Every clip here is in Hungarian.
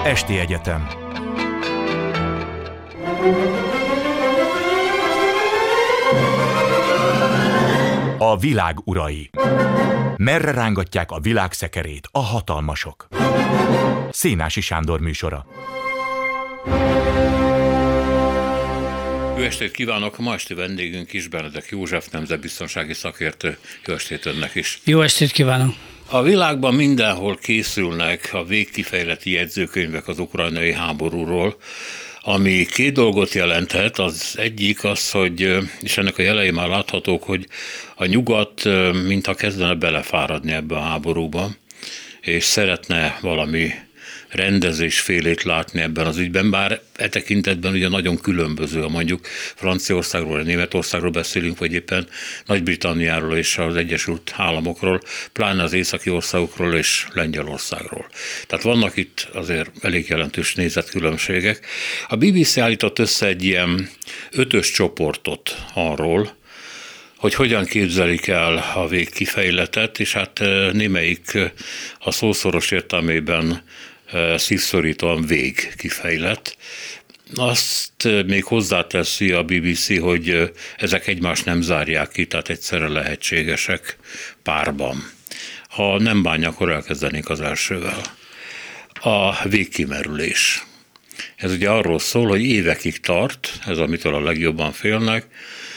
Esti Egyetem. A világ urai. Merre rángatják a világ szekerét a hatalmasok? Szénási Sándor műsora. Jó estét kívánok! Ma esti vendégünk is Benedek József, nemzetbiztonsági szakértő. Jó estét önnek is! Jó estét kívánok! A világban mindenhol készülnek a végkifejleti jegyzőkönyvek az ukrajnai háborúról, ami két dolgot jelenthet. Az egyik az, hogy, és ennek a jelei már láthatók, hogy a nyugat mintha kezdene belefáradni ebbe a háborúba, és szeretne valami rendezésfélét látni ebben az ügyben, bár e tekintetben ugye nagyon különböző, ha mondjuk Franciaországról, vagy Németországról beszélünk, vagy éppen Nagy-Britanniáról és az Egyesült Államokról, pláne az északi országokról és Lengyelországról. Tehát vannak itt azért elég jelentős nézetkülönbségek. A BBC állított össze egy ilyen 5-ös csoportot arról, hogy hogyan képzelik el a végkifejletet, és hát némelyik a szószoros értelmében szívszorítóan végkifejlet. Azt még hozzáteszi a BBC, hogy ezek egymást nem zárják ki, tehát egyszerre lehetségesek párban. Ha nem bánja, akkor elkezdenénk az elsővel. A végkimerülés. Ez ugye arról szól, hogy évekig tart, ez amitől a legjobban félnek,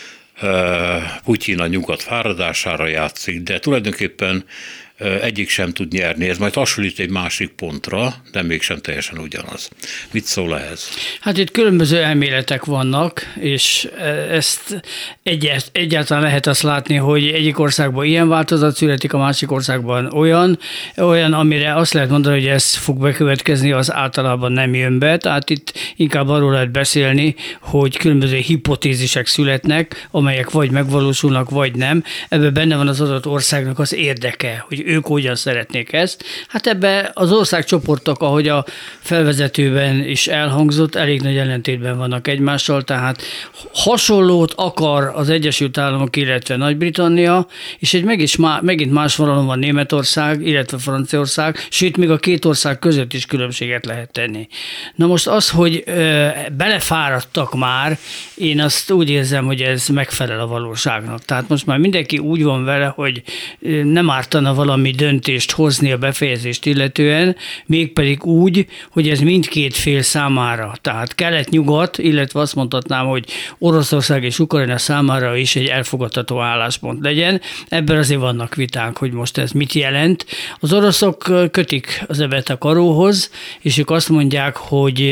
Putyin a nyugat fáradására játszik, de tulajdonképpen egyik sem tud nyerni. Ez majd hasonlít egy másik pontra, de mégsem teljesen ugyanaz. Mit szól ehhez? Hát itt különböző elméletek vannak, és ezt egyáltalán lehet azt látni, hogy egyik országban ilyen változat születik, a másik országban olyan, amire azt lehet mondani, hogy ez fog bekövetkezni, az általában nem jön be. Tehát itt inkább arról lehet beszélni, hogy különböző hipotézisek születnek, amelyek vagy megvalósulnak, vagy nem. Ebben benne van az adott országnak az érdeke, hogy ők hogyan szeretnék ezt. Hát ebbe az országcsoportok, ahogy a felvezetőben is elhangzott, elég nagy ellentétben vannak egymással, tehát hasonlót akar az Egyesült Államok, illetve Nagy-Britannia, és megint más vonalon van Németország, illetve Franciaország, sőt, még a két ország között is különbséget lehet tenni. Na most az, hogy belefáradtak már, én azt úgy érzem, hogy ez megfelel a valóságnak. Tehát most már mindenki úgy van vele, hogy nem ártana valami döntést hozni a befejezést illetően, mégpedig úgy, hogy ez mindkét fél számára, tehát kelet-nyugat, illetve azt mondhatnám, hogy Oroszország és Ukrajna számára is egy elfogadható álláspont legyen. Ebben azért vannak viták, hogy most ez mit jelent. Az oroszok kötik az ebet a karóhoz, és ők azt mondják, hogy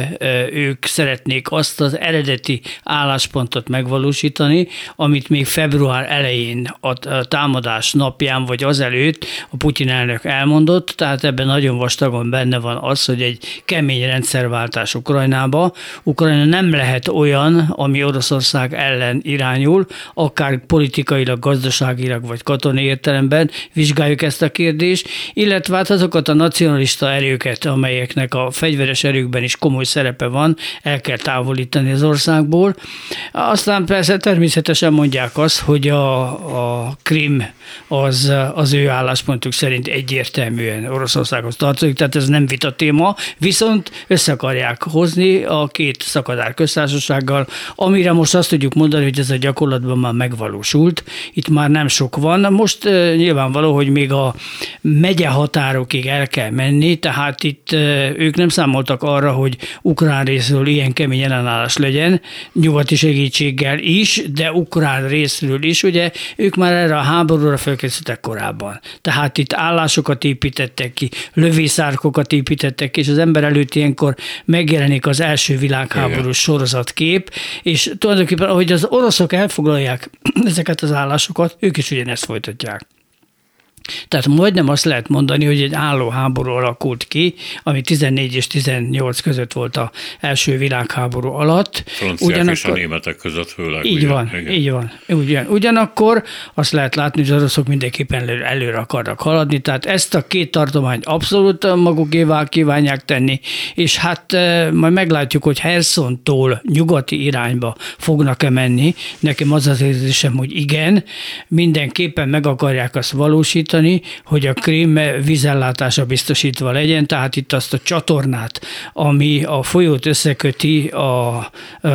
ők szeretnék azt az eredeti álláspontot megvalósítani, amit még február elején a támadás napján vagy azelőtt a Putyin elnök elmondott, tehát ebben nagyon vastagon benne van az, hogy egy kemény rendszerváltás Ukrajnába. Ukrajna nem lehet olyan, ami Oroszország ellen irányul, akár politikailag, gazdaságilag vagy katonai értelemben vizsgáljuk ezt a kérdést, illetve hát azokat a nacionalista erőket, amelyeknek a fegyveres erőkben is komoly szerepe van, el kell távolítani az országból. Aztán persze természetesen mondják azt, hogy a Krím az ő álláspontuk szerint egyértelműen Oroszországhoz tartozik, tehát ez nem vita téma, viszont össze akarják hozni a két szakadár köztársasággal, amire most azt tudjuk mondani, hogy ez a gyakorlatban már megvalósult. Itt már nem sok van. Most nyilvánvaló, hogy még a megye határokig el kell menni, tehát itt ők nem számoltak arra, hogy ukrán részről ilyen kemény ellenállás legyen, nyugati segítséggel is, de ukrán részről is, ugye ők már erre a háborúra felkészültek korábban. Tehát itt állásokat építettek ki, lövészárkokat építettek ki, és az ember előtt ilyenkor megjelenik az első világháborús sorozatkép, és tulajdonképpen, ahogy az oroszok elfoglalják ezeket az állásokat, ők is ugyanezt folytatják. Tehát majdnem azt lehet mondani, hogy egy álló háború alakult ki, ami 14 és 18 között volt az első világháború alatt. Franciák és a németek között főleg. Így van. Ugyanakkor azt lehet látni, hogy az oroszok mindenképpen előre akarnak haladni, tehát ezt a két tartományt abszolút magukévá kívánják tenni, és hát majd meglátjuk, hogy Hersontól nyugati irányba fognak-e menni. Nekem az az érzésem, hogy igen, mindenképpen meg akarják azt valósítani, végrehajtani, hogy a Krím vízellátása biztosítva legyen, tehát itt azt a csatornát, ami a folyót összeköti a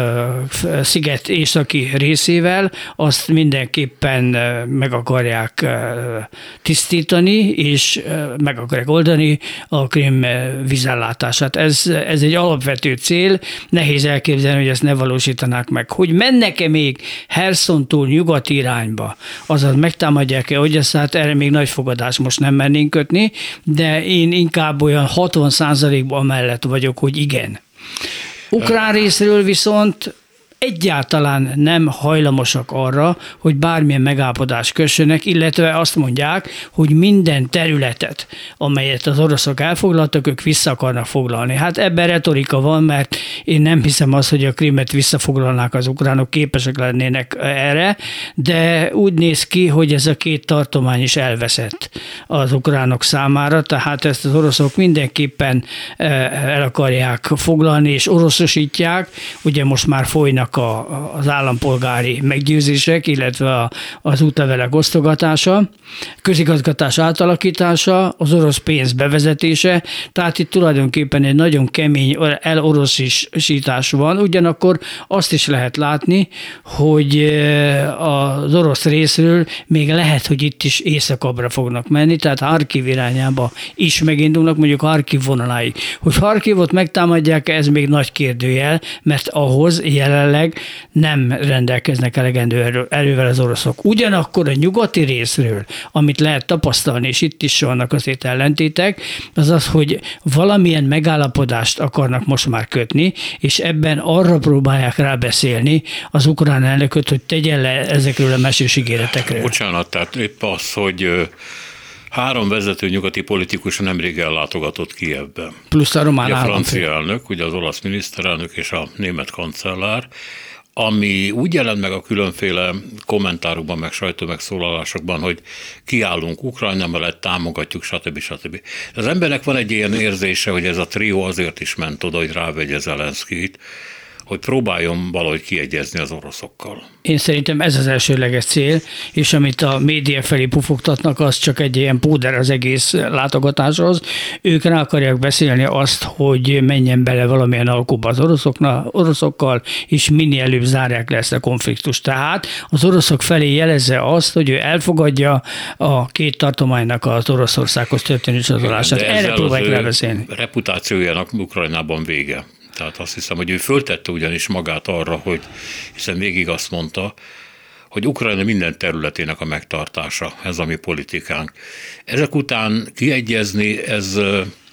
sziget északi részével, azt mindenképpen meg akarják tisztítani, és meg akarják oldani a Krím vízellátását. Ez egy alapvető cél, nehéz elképzelni, hogy ezt ne valósítanák meg. Hogy mennek-e még Hersontól nyugati irányba, azaz megtámadják-e Odyesszát, erre még nagy fogadás most nem mernénk kötni, de én inkább olyan 60%-ban amellett vagyok, hogy igen. Ukrán részről viszont egyáltalán nem hajlamosak arra, hogy bármilyen megállapodást kössenek, illetve azt mondják, hogy minden területet, amelyet az oroszok elfoglaltak, ők vissza akarnak foglalni. Hát ebben retorika van, mert én nem hiszem azt, hogy a Krímet visszafoglalnák az ukránok, képesek lennének erre, de úgy néz ki, hogy ez a két tartomány is elveszett az ukránok számára, tehát ezt az oroszok mindenképpen el akarják foglalni, és oroszosítják. Ugye most már folynak az állampolgári meggyőzések, illetve az útlevelek osztogatása, közigazgatás átalakítása, az orosz pénz bevezetése, tehát itt tulajdonképpen egy nagyon kemény eloroszítás van, ugyanakkor azt is lehet látni, hogy az orosz részről még lehet, hogy itt is északabbra fognak menni, tehát Harkiv irányába is megindulnak, mondjuk Harkiv vonaláig. Hogy Harkivot megtámadják, ez még nagy kérdőjel, mert ahhoz jelenleg nem rendelkeznek elegendő erővel az oroszok. Ugyanakkor a nyugati részről, amit lehet tapasztalni, és itt is vannak azért ellentétek, az az, hogy valamilyen megállapodást akarnak most már kötni, és ebben arra próbálják rábeszélni az ukrán elnököt, hogy tegyen le ezekről a mesés ígéretekről. Bocsánat, tehát épp az, hogy 3 vezető nyugati politikus nemrég ellátogatott Kijevbe. Plusz a román államfő. A francia elnök, ugye az olasz miniszterelnök és a német kancellár, ami úgy jelent meg a különféle kommentárokban, meg sajtómegszólalásokban, hogy kiállunk Ukrajna mellett, támogatjuk, stb. Stb. Az embernek van egy ilyen érzése, hogy ez a trió azért is ment oda, hogy rávegye Zelenszkijt, hogy próbáljon valahogy kiegyezni az oroszokkal. Én szerintem ez az elsődleges cél, és amit a média felé pufogtatnak, az csak egy ilyen púder az egész látogatáshoz. Ők rá akarják beszélni azt, hogy menjen bele valamilyen alkuba az oroszokkal, és minél előbb zárják le ezt a konfliktust. Tehát az oroszok felé jelezze azt, hogy ő elfogadja a két tartománynak az Oroszországhoz történő csatolását. Erre próbálják rá beszélni. Reputációjának Ukrajnában vége. Tehát azt hiszem, hogy ő föltette ugyanis magát arra, hogy hiszen végig azt mondta, hogy Ukrajna minden területének a megtartása, ez a mi politikánk. Ezek után kiegyezni, ez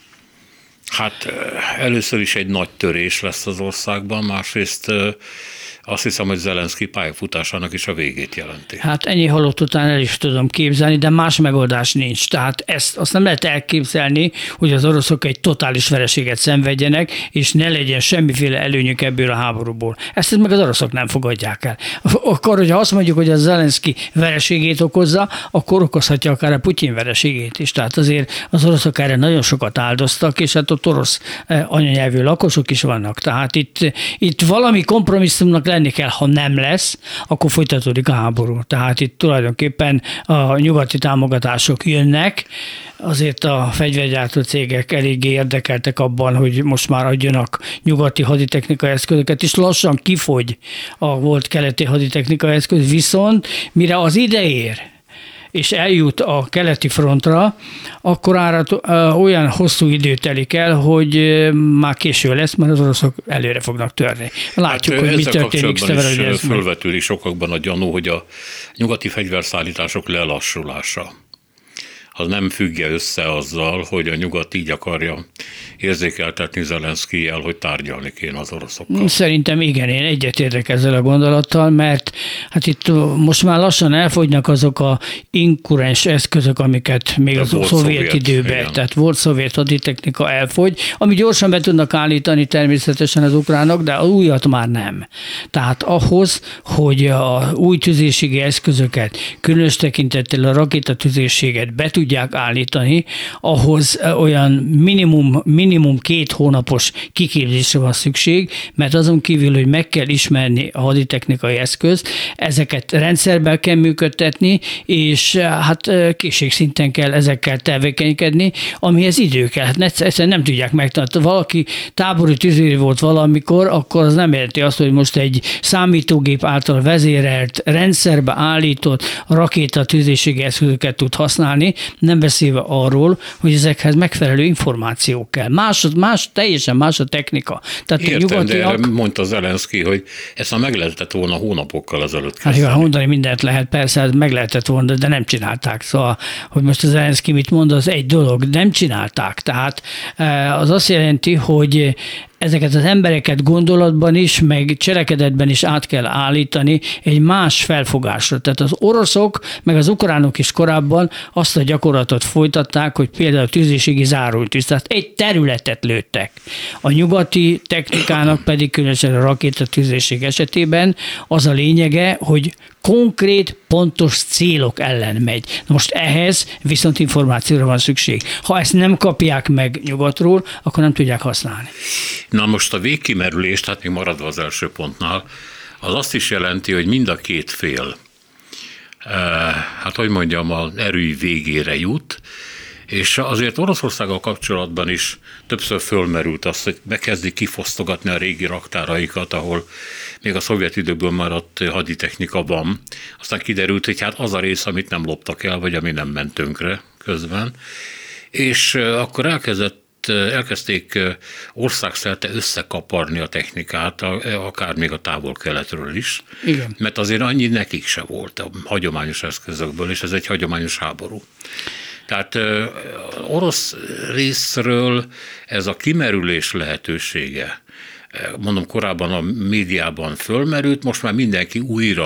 hát először is egy nagy törés lesz az országban, másrészt azt hiszem, hogy Zelenszkij pályafutásának is a végét jelenti. Hát ennyi halott után el is tudom képzelni, de más megoldás nincs. Tehát azt nem lehet elképzelni, hogy az oroszok egy totális vereséget szenvedjenek, és ne legyen semmiféle előnyük ebből a háborúból. Ezt meg az oroszok nem fogadják el. Akkor, hogyha azt mondjuk, hogy a Zelenszkij vereségét okozza, akkor okozhatja akár a Putyin vereségét is. Tehát azért az oroszok erre nagyon sokat áldoztak, és hát ott orosz anyanyelvű lakosok is vannak. Tehát itt valami kompromisszumnak lenni kell, ha nem lesz, akkor folytatódik a háború. Tehát itt tulajdonképpen a nyugati támogatások jönnek, azért a fegyvergyártó cégek eléggé érdekeltek abban, hogy most már adjanak nyugati haditechnikai eszközöket, és lassan kifogy a volt keleti haditechnikai eszköz, viszont mire az ide ér, és eljut a keleti frontra, akkor olyan hosszú idő telik el, hogy már késő lesz, mert az oroszok előre fognak törni. Látjuk, hát hogy mi történik. Ezzel is fölvetődik sokakban a gyanú, hogy a nyugati fegyverszállítások lelassulása az nem függje össze azzal, hogy a nyugat így akarja érzékeltetni Zelenszkijjel, hogy tárgyalni kéne az oroszokkal. Szerintem igen, én egyetértek ezzel a gondolattal, mert hát itt most már lassan elfogynak azok a inkurens eszközök, amiket még az szovjet időben, igen. Tehát volt szovjet haditechnika, elfogy, ami gyorsan be tudnak állítani természetesen az ukránok, de az újat már nem. Tehát ahhoz, hogy a új tüzérségi eszközöket, különös tekintettel a rakétatüzérséget be tudják tudják állítani, ahhoz olyan minimum 2 hónapos kiképzésre van szükség, mert azon kívül, hogy meg kell ismerni a haditechnikai eszközt, ezeket rendszerben kell működtetni, és hát készségszinten kell ezekkel tevékenykedni, amihez idő kell. Hát egyszerűen nem tudják megtanulni. Valaki tábori tüzér volt valamikor, akkor az nem jelenti azt, hogy most egy számítógép által vezérelt, rendszerbe állított rakétatüzéségi eszközöket tud használni, nem beszélve arról, hogy ezekhez megfelelő információk kell. Teljesen más a technika. Tehát értem, de mondta Zelenszky, hogy ezt már meg lehetett volna hónapokkal ezelőtt kezdeni. Hát mondani mindent lehet, persze, ez meg lehetett volna, de nem csinálták. Szóval, hogy most az Zelenszky mit mond, az egy dolog, nem csinálták. Tehát az azt jelenti, hogy ezeket az embereket gondolatban is, meg cselekedetben is át kell állítani egy más felfogásra. Tehát az oroszok, meg az ukránok is korábban azt a gyakorlatot folytatták, hogy például tűzéségi zárótűz, tehát egy területet lőttek. A nyugati technikának pedig különösen a rakétatűzéség esetében az a lényege, hogy konkrét, pontos célok ellen megy. Na most ehhez viszont információra van szükség. Ha ezt nem kapják meg nyugatról, akkor nem tudják használni. Na most a végkimerülés, tehát még maradva az első pontnál, az azt is jelenti, hogy mind a két fél, hát hogy mondjam, az erői végére jut, és azért Oroszországgal kapcsolatban is többször fölmerült az, hogy megkezdik kifosztogatni a régi raktáraikat, ahol még a szovjet időkből maradt haditechnika van. Aztán kiderült, hogy hát az a rész, amit nem loptak el, vagy ami nem ment tönkre közben. És akkor elkezdték országszerte összekaparni a technikát, akár még a távol-keletről is. Igen. Mert azért annyi nekik se volt a hagyományos eszközökből, és ez egy hagyományos háború. Tehát orosz részről ez a kimerülés lehetősége, mondom, korábban a médiában fölmerült, most már mindenki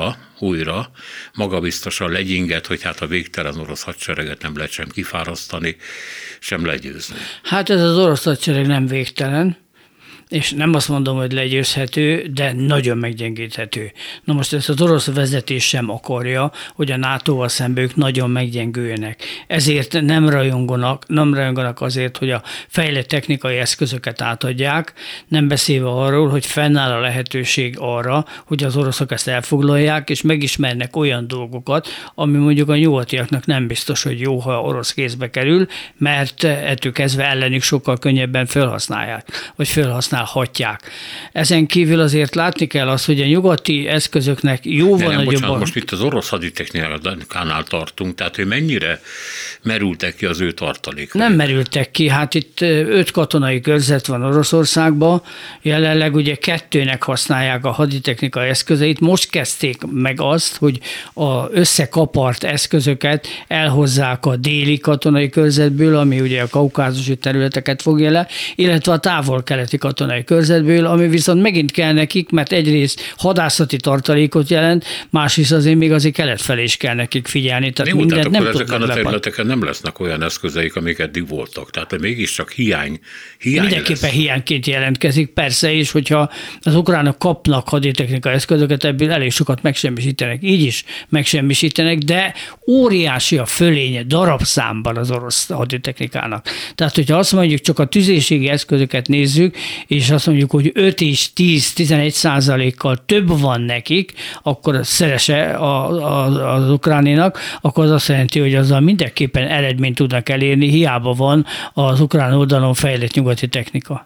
újra magabiztosan legyinget, hogy hát a végtelen orosz hadsereget nem lehet sem kifárasztani, sem legyőzni. Hát ez az orosz hadsereg nem végtelen, és nem azt mondom, hogy legyőzhető, de nagyon meggyengíthető. Na most ezt az orosz vezetés sem akarja, hogy a NATO-val szemben ők nagyon meggyengüljenek. Ezért nem rajonganak azért, hogy a fejlett technikai eszközöket átadják, nem beszélve arról, hogy fennáll a lehetőség arra, hogy az oroszok ezt elfoglalják, és megismernek olyan dolgokat, ami mondjuk a nyugatiaknak nem biztos, hogy jó, ha orosz kézbe kerül, mert ettől kezdve ellenük sokkal könnyebben felhasználják, vagy felhasználhatják. Ezen kívül azért látni kell azt, hogy a nyugati eszközöknek jóval nagyobb... Most itt az orosz haditechnikánál tartunk, tehát hogy mennyire merültek ki az ő tartalékai? Nem merültek ki, hát itt 5 katonai körzet van Oroszországban, jelenleg ugye 2-nek használják a haditechnikai eszközeit, most kezdték meg azt, hogy az összekapart eszközöket elhozzák a déli katonai körzetből, ami ugye a kaukázusi területeket fogja le, illetve a távol-keleti katonai körzetből, ami viszont megint kell nekik, mert egyrészt hadászati tartalékot jelent, másrészt azért kelet felé is kell nekik figyelni. Tehát mindent nem tudnak ezeken a területeken nem lesznek olyan eszközeik, amik eddig voltak. Tehát mégiscsak hiány mindenképpen lesz. Hiányként jelentkezik, persze is, hogyha az ukránok kapnak haditechnikai eszközöket, ebből elég sokat megsemmisítenek. Így is megsemmisítenek, de óriási a fölénye darabszámban az orosz haditechnikának. Tehát, hogyha azt mondjuk, csak a tüzérségi eszközöket nézzük, és azt mondjuk, hogy 5 és 10-11%-kal több van nekik, akkor szerese az ukráninak, akkor az azt jelenti, hogy azzal mindenképpen eredményt tudnak elérni, hiába van az ukrán oldalon fejlett nyugati technika.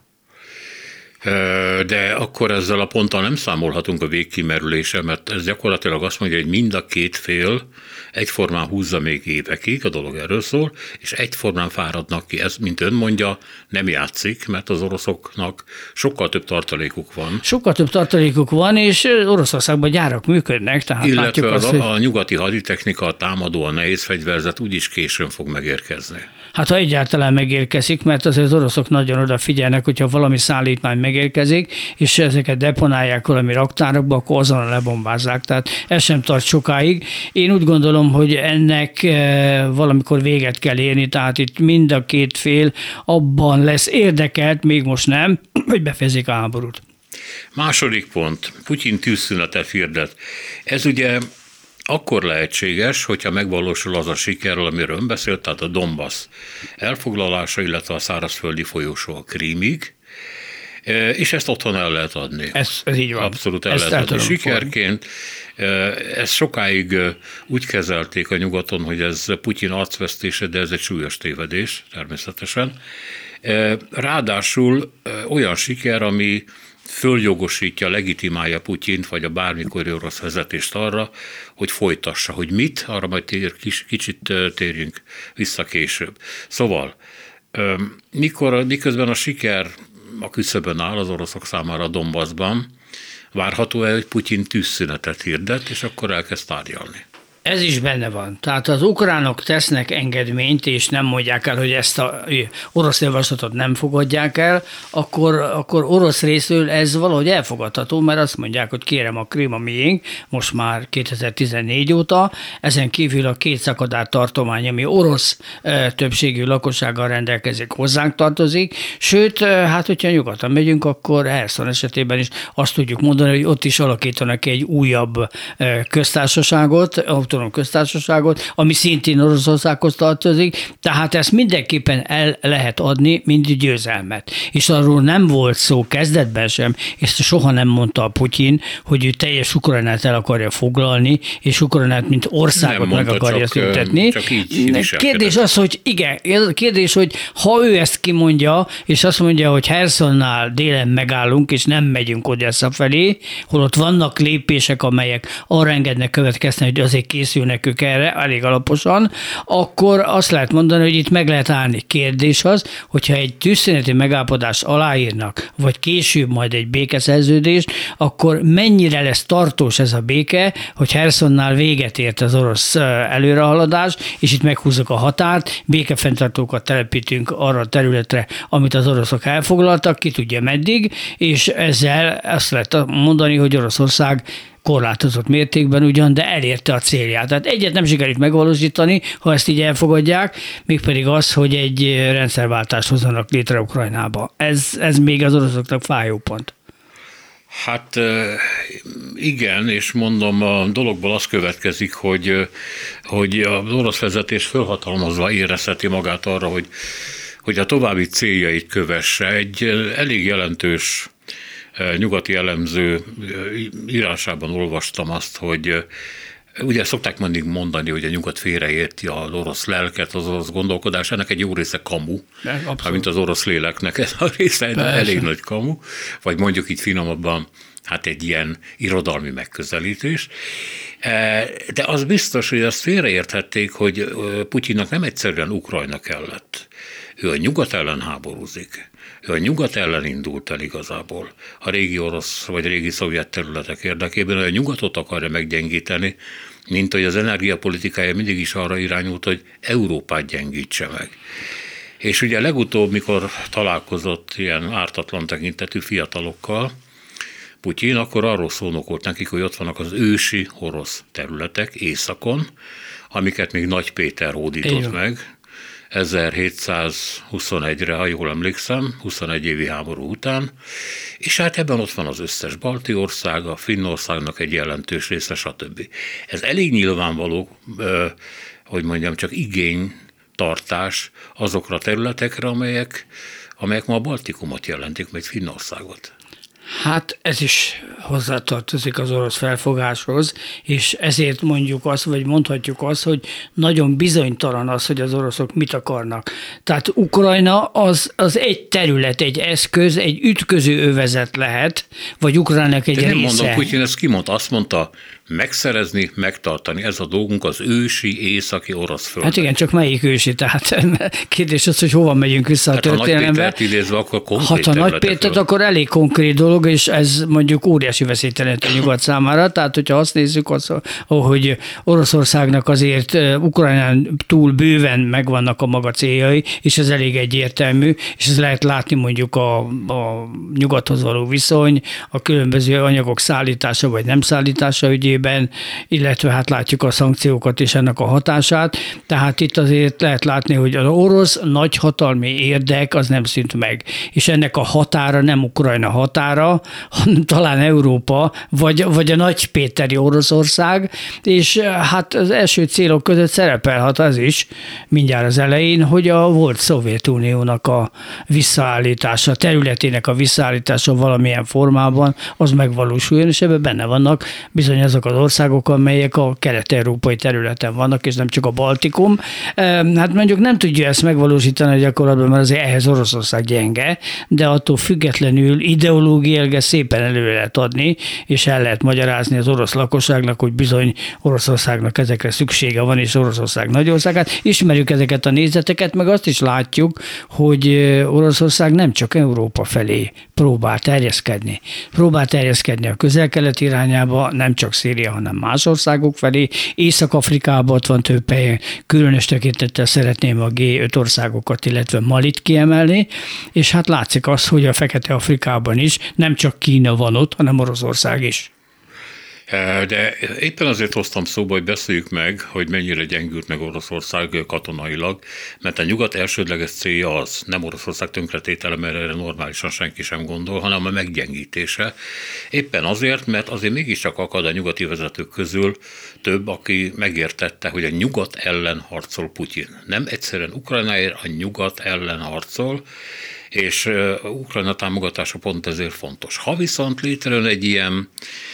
De akkor ezzel a ponttal nem számolhatunk a végkimerülése, mert ez gyakorlatilag azt mondja, hogy mind a két fél egyformán húzza még évekig, a dolog erről szól, és egyformán fáradnak ki. Ez, mint ön mondja, nem játszik, mert az oroszoknak sokkal több tartalékuk van. Sokkal több tartalékuk van, és Oroszországban gyárak működnek. Tehát illetve a nyugati haditechnika, a támadó, a nehéz fegyverzet úgyis későn fog megérkezni. Hát ha egyáltalán megérkezik, mert azért az oroszok nagyon odafigyelnek, hogyha valami szállítmány megérkezik, és ezeket deponálják valami raktárokba, akkor azonnal lebombázzák. Tehát ez sem tart sokáig. Én úgy gondolom, hogy ennek valamikor véget kell érni, tehát itt mind a két fél abban lesz érdekelt, még most nem, hogy befejezik a háborút. Második pont, Putyin tűzszünetet hirdet. Ez ugye akkor lehetséges, hogyha megvalósul az a sikerről, amiről ön beszélt, tehát a Donbass elfoglalása, illetve a szárazföldi folyósó a Krímig, és ezt otthon el lehet adni. Ez így van. Abszolút el lehet adni sikerként. Ezt sokáig úgy kezelték a nyugaton, hogy ez Putyin arcvesztése, de ez egy súlyos tévedés, természetesen. Ráadásul olyan siker, ami följogosítja, legitimálja Putyint, vagy a bármikori orosz vezetést arra, hogy folytassa. Hogy mit, arra majd kicsit térjünk vissza később. Szóval, miközben a siker a küszöbön áll az oroszok számára a Donbassban, várható-e, hogy Putyin tűzszünetet hirdet, és akkor elkezd tárgyalni? Ez is benne van. Tehát az ukránok tesznek engedményt, és nem mondják el, hogy ezt az orosz javaslatot nem fogadják el, akkor orosz részről ez valahogy elfogadható, mert azt mondják, hogy kérem, a Krím a miénk, most már 2014 óta, ezen kívül a két szakadár tartomány, ami orosz többségű lakossággal rendelkezik, hozzánk tartozik, sőt, hát hogyha nyugaton megyünk, akkor Herson esetében is azt tudjuk mondani, hogy ott is alakítanak egy újabb köztársaságot, autonóm köztársaságot, ami szintén Oroszországhoz tartozik, tehát ezt mindenképpen el lehet adni, mint győzelmet. És arról nem volt szó kezdetben sem, és soha nem mondta a Putyin, hogy ő teljes Ukrajnát el akarja foglalni, és Ukrajnát, mint országot meg akarja szüntetni. Kérdés az, hogy igen, kérdés, hogy ha ő ezt kimondja, és azt mondja, hogy Hersonnál délen megállunk, és nem megyünk Odessa felé, holott vannak lépések, amelyek arra engednek következni, hogy azért készülnek ők erre elég alaposan, akkor azt lehet mondani, hogy itt meg lehet állni. Kérdés az, hogyha egy tűzszüneti megállapodást aláírnak, vagy később majd egy békeszerződést, akkor mennyire lesz tartós ez a béke, hogy Hersonnál véget ért az orosz előrehaladás, és itt meghúzzuk a határt, békefenntartókat telepítünk arra a területre, amit az oroszok elfoglaltak, ki tudja meddig, és ezzel azt lehet mondani, hogy Oroszország korlátozott mértékben ugyan, de elérte a célját. Tehát egyet nem sikerült megvalósítani, ha ezt így elfogadják, mégpedig az, hogy egy rendszerváltást hozzanak létre Ukrajnába. Ez még az oroszoknak fájó pont. Hát igen, és mondom, a dologból az következik, hogy az orosz vezetés fölhatalmazva érezheti magát arra, hogy a további céljait kövesse. Egy elég jelentős nyugati elemző írásában olvastam azt, hogy ugye szokták mindig mondani, hogy a nyugat félreérti az orosz lelket, az orosz gondolkodás, ennek egy jó része kamu, mint az orosz léleknek ez a része elég nagy kamu, vagy mondjuk így finomabban, hát egy ilyen irodalmi megközelítés. De az biztos, hogy azt félreérthették, hogy Putyinnak nem egyszerűen Ukrajna kellett. Ő a nyugat ellen háborúzik. Ő a nyugat ellen indult el igazából a régi orosz vagy régi szovjet területek érdekében, hogy a nyugatot akarja meggyengíteni, mint hogy az energiapolitikája mindig is arra irányult, hogy Európát gyengítse meg. És ugye legutóbb, mikor találkozott ilyen ártatlan tekintetű fiatalokkal, Putyin, akkor arról szónokolt nekik, hogy ott vannak az ősi orosz területek északon, amiket még Nagy Péter hódított meg 1721-re, ha jól emlékszem, 21 évi háború után, és hát ebben ott van az összes balti ország, a Finnországnak egy jelentős része, stb. Ez elég nyilvánvaló, hogy mondjam, csak igénytartás azokra a területekre, amelyek ma a Baltikumot jelentik, vagy Finnországot. Hát ez is hozzátartozik az orosz felfogáshoz, és ezért mondjuk azt, vagy mondhatjuk azt, hogy nagyon bizonytalan az, hogy az oroszok mit akarnak. Tehát Ukrajna az egy terület, egy eszköz, egy ütköző övezet lehet, vagy Ukrajnának egy része. Nem mondom, Putyin ezt kimondta, azt mondta, megszerezni, megtartani. Ez a dolgunk az ősi, északi orosz földön. Hát igen, csak melyik ősi? Tehát kérdés az, hogy hova megyünk vissza a történelembe. Ha Nagy Pétert idézve, akkor konkrét területekről. Ha Nagy Pétert, akkor elég konkrét dolog, és ez mondjuk óriási veszélyt jelent a nyugat számára. Tehát, hogyha azt nézzük, hogy Oroszországnak azért Ukrajnán túl bőven megvannak a maga céljai, és ez elég egyértelmű, és ez lehet látni mondjuk a nyugathoz való viszony, a különböző anyagok szállítása vagy nem szállítása ügyében, ügyében, illetve hát látjuk a szankciókat és ennek a hatását. Tehát itt azért lehet látni, hogy az orosz nagyhatalmi érdek az nem szűnt meg. És ennek a határa nem Ukrajna határa, hanem talán Európa, vagy a nagypéteri Oroszország, és hát az első célok között szerepelhet az is mindjárt az elején, hogy a volt Szovjetuniónak a visszaállítása, területének a visszaállítása valamilyen formában az megvalósuljon, és ebben benne vannak bizony azok az országok, amelyek a kelet-európai területen vannak, és nem csak a Baltikum. Hát mondjuk nem tudja ezt megvalósítani gyakorlatban, mert azért ehhez Oroszország gyenge, de attól függetlenül ideológiailag szépen elő lehet adni, és el lehet magyarázni az orosz lakosságnak, hogy bizony Oroszországnak ezekre szüksége van, és Oroszország nagy ország. Hát ismerjük ezeket a nézeteket, meg azt is látjuk, hogy Oroszország nem csak Európa felé próbál terjeszkedni. Próbál terjeszkedni a közel-kelet irányába, nem csak Szíria, hanem más országok felé. Észak-Afrikában ott van több helyen, különös tekintettel szeretném a G5 országokat, illetve Malit kiemelni, és hát látszik az, hogy a Fekete-Afrikában is nem csak Kína van ott, hanem Oroszország is. De éppen azért hoztam szóba, hogy beszéljük meg, hogy mennyire gyengült meg Oroszország katonailag, mert a nyugat elsődleges célja az nem Oroszország tönkretétele, mert erre normálisan senki sem gondol, hanem a meggyengítése. Éppen azért, mert azért mégiscsak akad a nyugati vezetők közül több, aki megértette, hogy a nyugat ellen harcol Putyin. Nem egyszerűen Ukrajnáért, a nyugat ellen harcol, és Ukrajna támogatása pont ezért fontos. Ha viszont létrejön egy ilyen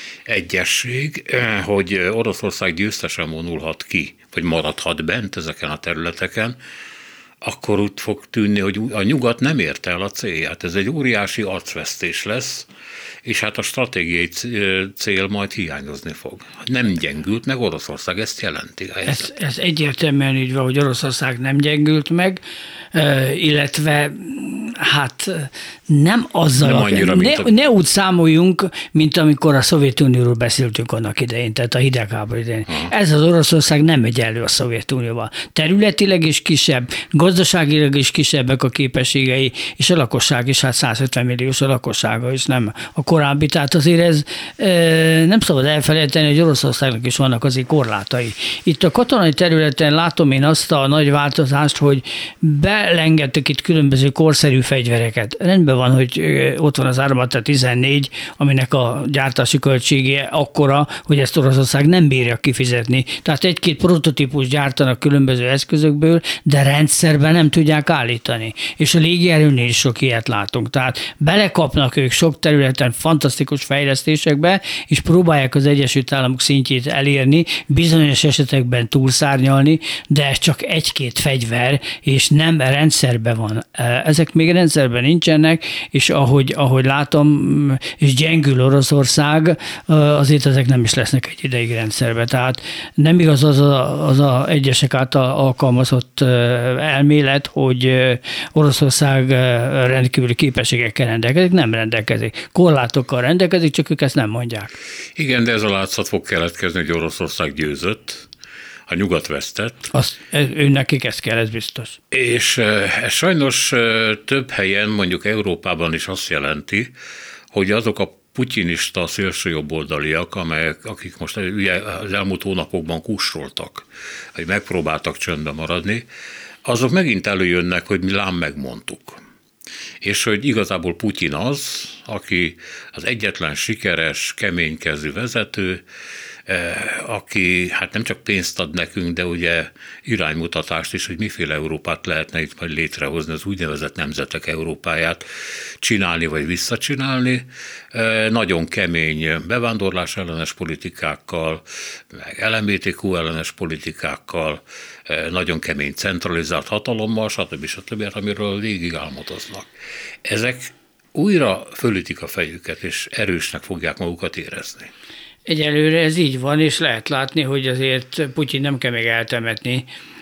egyesség, hogy Oroszország győztesen vonulhat ki, vagy maradhat bent ezeken a területeken, akkor úgy fog tűnni, hogy a nyugat nem érte el a célját. Ez egy óriási arcvesztés lesz, és hát a stratégiai cél majd hiányozni fog. Nem gyengült meg Oroszország, ezt jelenti. Ez egyértelműen így van, hogy Oroszország nem gyengült meg, illetve hát nem azzal, ne úgy számoljunk, mint amikor a Szovjetunióról beszéltünk annak idején, tehát a hidegháború idején. Ez az Oroszország nem egyenlő a Szovjetunióval. Területileg is kisebb, gazdaságilag is kisebbek a képességei, és a lakosság is, hát 150 milliós a lakossága is, nem a korábbi. Tehát azért ez nem szabad elfelejteni, hogy Oroszországnak is vannak azért korlátai. Itt a katonai területen látom én azt a nagy változást, hogy belengedtek itt különböző korszerű fegyvereket. Rendben van, hogy ott van az Armata 14, aminek a gyártási költsége akkora, hogy ezt Oroszország nem bírja kifizetni. Tehát egy-két prototípus gyártanak különböző eszközökből, de rendszerben nem tudják állítani. És a légierőnél is sok ilyet látunk. Tehát belekapnak ők sok területen fantasztikus fejlesztésekbe, és próbálják az Egyesült Államok szintjét elérni, bizonyos esetekben túlszárnyalni, de ez csak egy-két fegyver, és nem rendszerben van. Ezek még rendszerben nincsenek, és ahogy látom, és gyengül Oroszország, azért ezek nem is lesznek egy ideig rendszerben. Tehát nem igaz az a egyesek által alkalmazott elmélet, hogy Oroszország rendkívüli képességekkel rendelkezik, nem rendelkezik. Korlátokkal rendelkezik, csak ők ezt nem mondják. Igen, de ez a látszat fog keletkezni, hogy Oroszország győzött, a nyugat vesztett. Nekik ez kell, ez biztos. És ez sajnos több helyen, mondjuk Európában is azt jelenti, hogy azok a putyinista szélsőjobboldaliak, akik most az elmúlt hónapokban kussoltak, hogy megpróbáltak csöndbe maradni, azok megint előjönnek, hogy mi lám megmondtuk. És hogy igazából Putyin az, aki az egyetlen sikeres, keménykezű vezető, aki hát nem csak pénzt ad nekünk, de ugye iránymutatást is, hogy miféle Európát lehetne itt majd létrehozni, az úgynevezett nemzetek Európáját csinálni vagy visszacsinálni. Nagyon kemény bevándorlás ellenes politikákkal, meg LMBTQ ellenes politikákkal, nagyon kemény centralizált hatalommal, stb. Amiről végig álmodoznak. Ezek újra fölütik a fejüket, és erősnek fogják magukat érezni. Egyelőre ez így van, és lehet látni, hogy azért Putyin nem kell még eltemetni.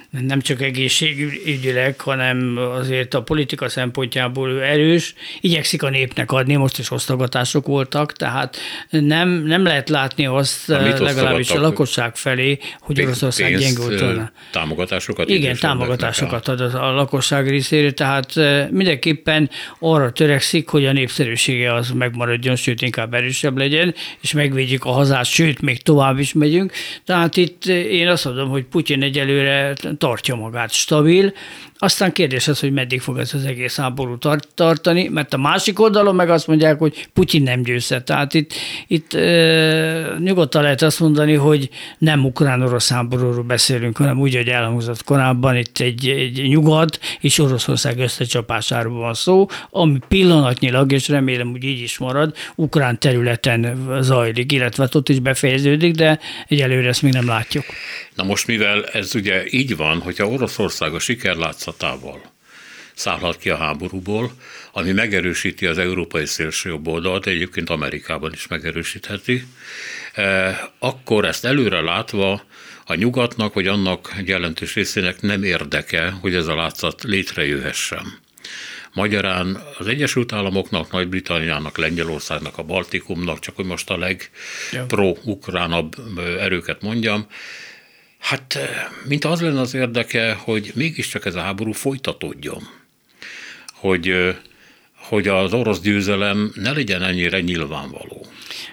nem csak egészségügyileg, hanem azért a politika szempontjából ő erős, igyekszik a népnek adni, most is osztogatások voltak, tehát nem lehet látni azt legalábbis a lakosság felé, hogy Oroszország gyengült volna. Támogatásokat? Igen, támogatásokat ad a lakosság részére, tehát mindenképpen arra törekszik, hogy a népszerűsége az megmaradjon, sőt inkább erősebb legyen, és megvédjük a hazát, sőt még tovább is megyünk. Tehát itt én azt mondom, hogy Putyin egyelőre tartja magát stabil, aztán kérdés az, hogy meddig fog ez az egész háború tartani, mert a másik oldalon meg azt mondják, hogy Putyin nem győzhet. Tehát itt nyugodtan lehet azt mondani, hogy nem ukrán-orosz háborúról beszélünk, hanem úgy, hogy elhangzott korábban, itt egy nyugat és Oroszország összecsapásáról van szó, ami pillanatnyilag, és remélem, hogy így is marad, ukrán területen zajlik, illetve ott is befejeződik, de egyelőre ezt még nem látjuk. Na most, mivel ez ugye így van, hogyha Oroszország a sikerlátszatával szállhat ki a háborúból, ami megerősíti az európai szélsőjobb oldalt, egyébként Amerikában is megerősítheti, akkor ezt előre látva a nyugatnak, vagy annak jelentős részének nem érdeke, hogy ez a látszat létrejöhessen. Magyarán az Egyesült Államoknak, Nagy-Britanniának, Lengyelországnak, a Baltikumnak, csak hogy most a legpro-ukránabb erőket mondjam, hát mint az lenne az érdeke, hogy mégiscsak ez a háború folytatódjon. Hogy az orosz győzelem ne legyen ennyire nyilvánvaló.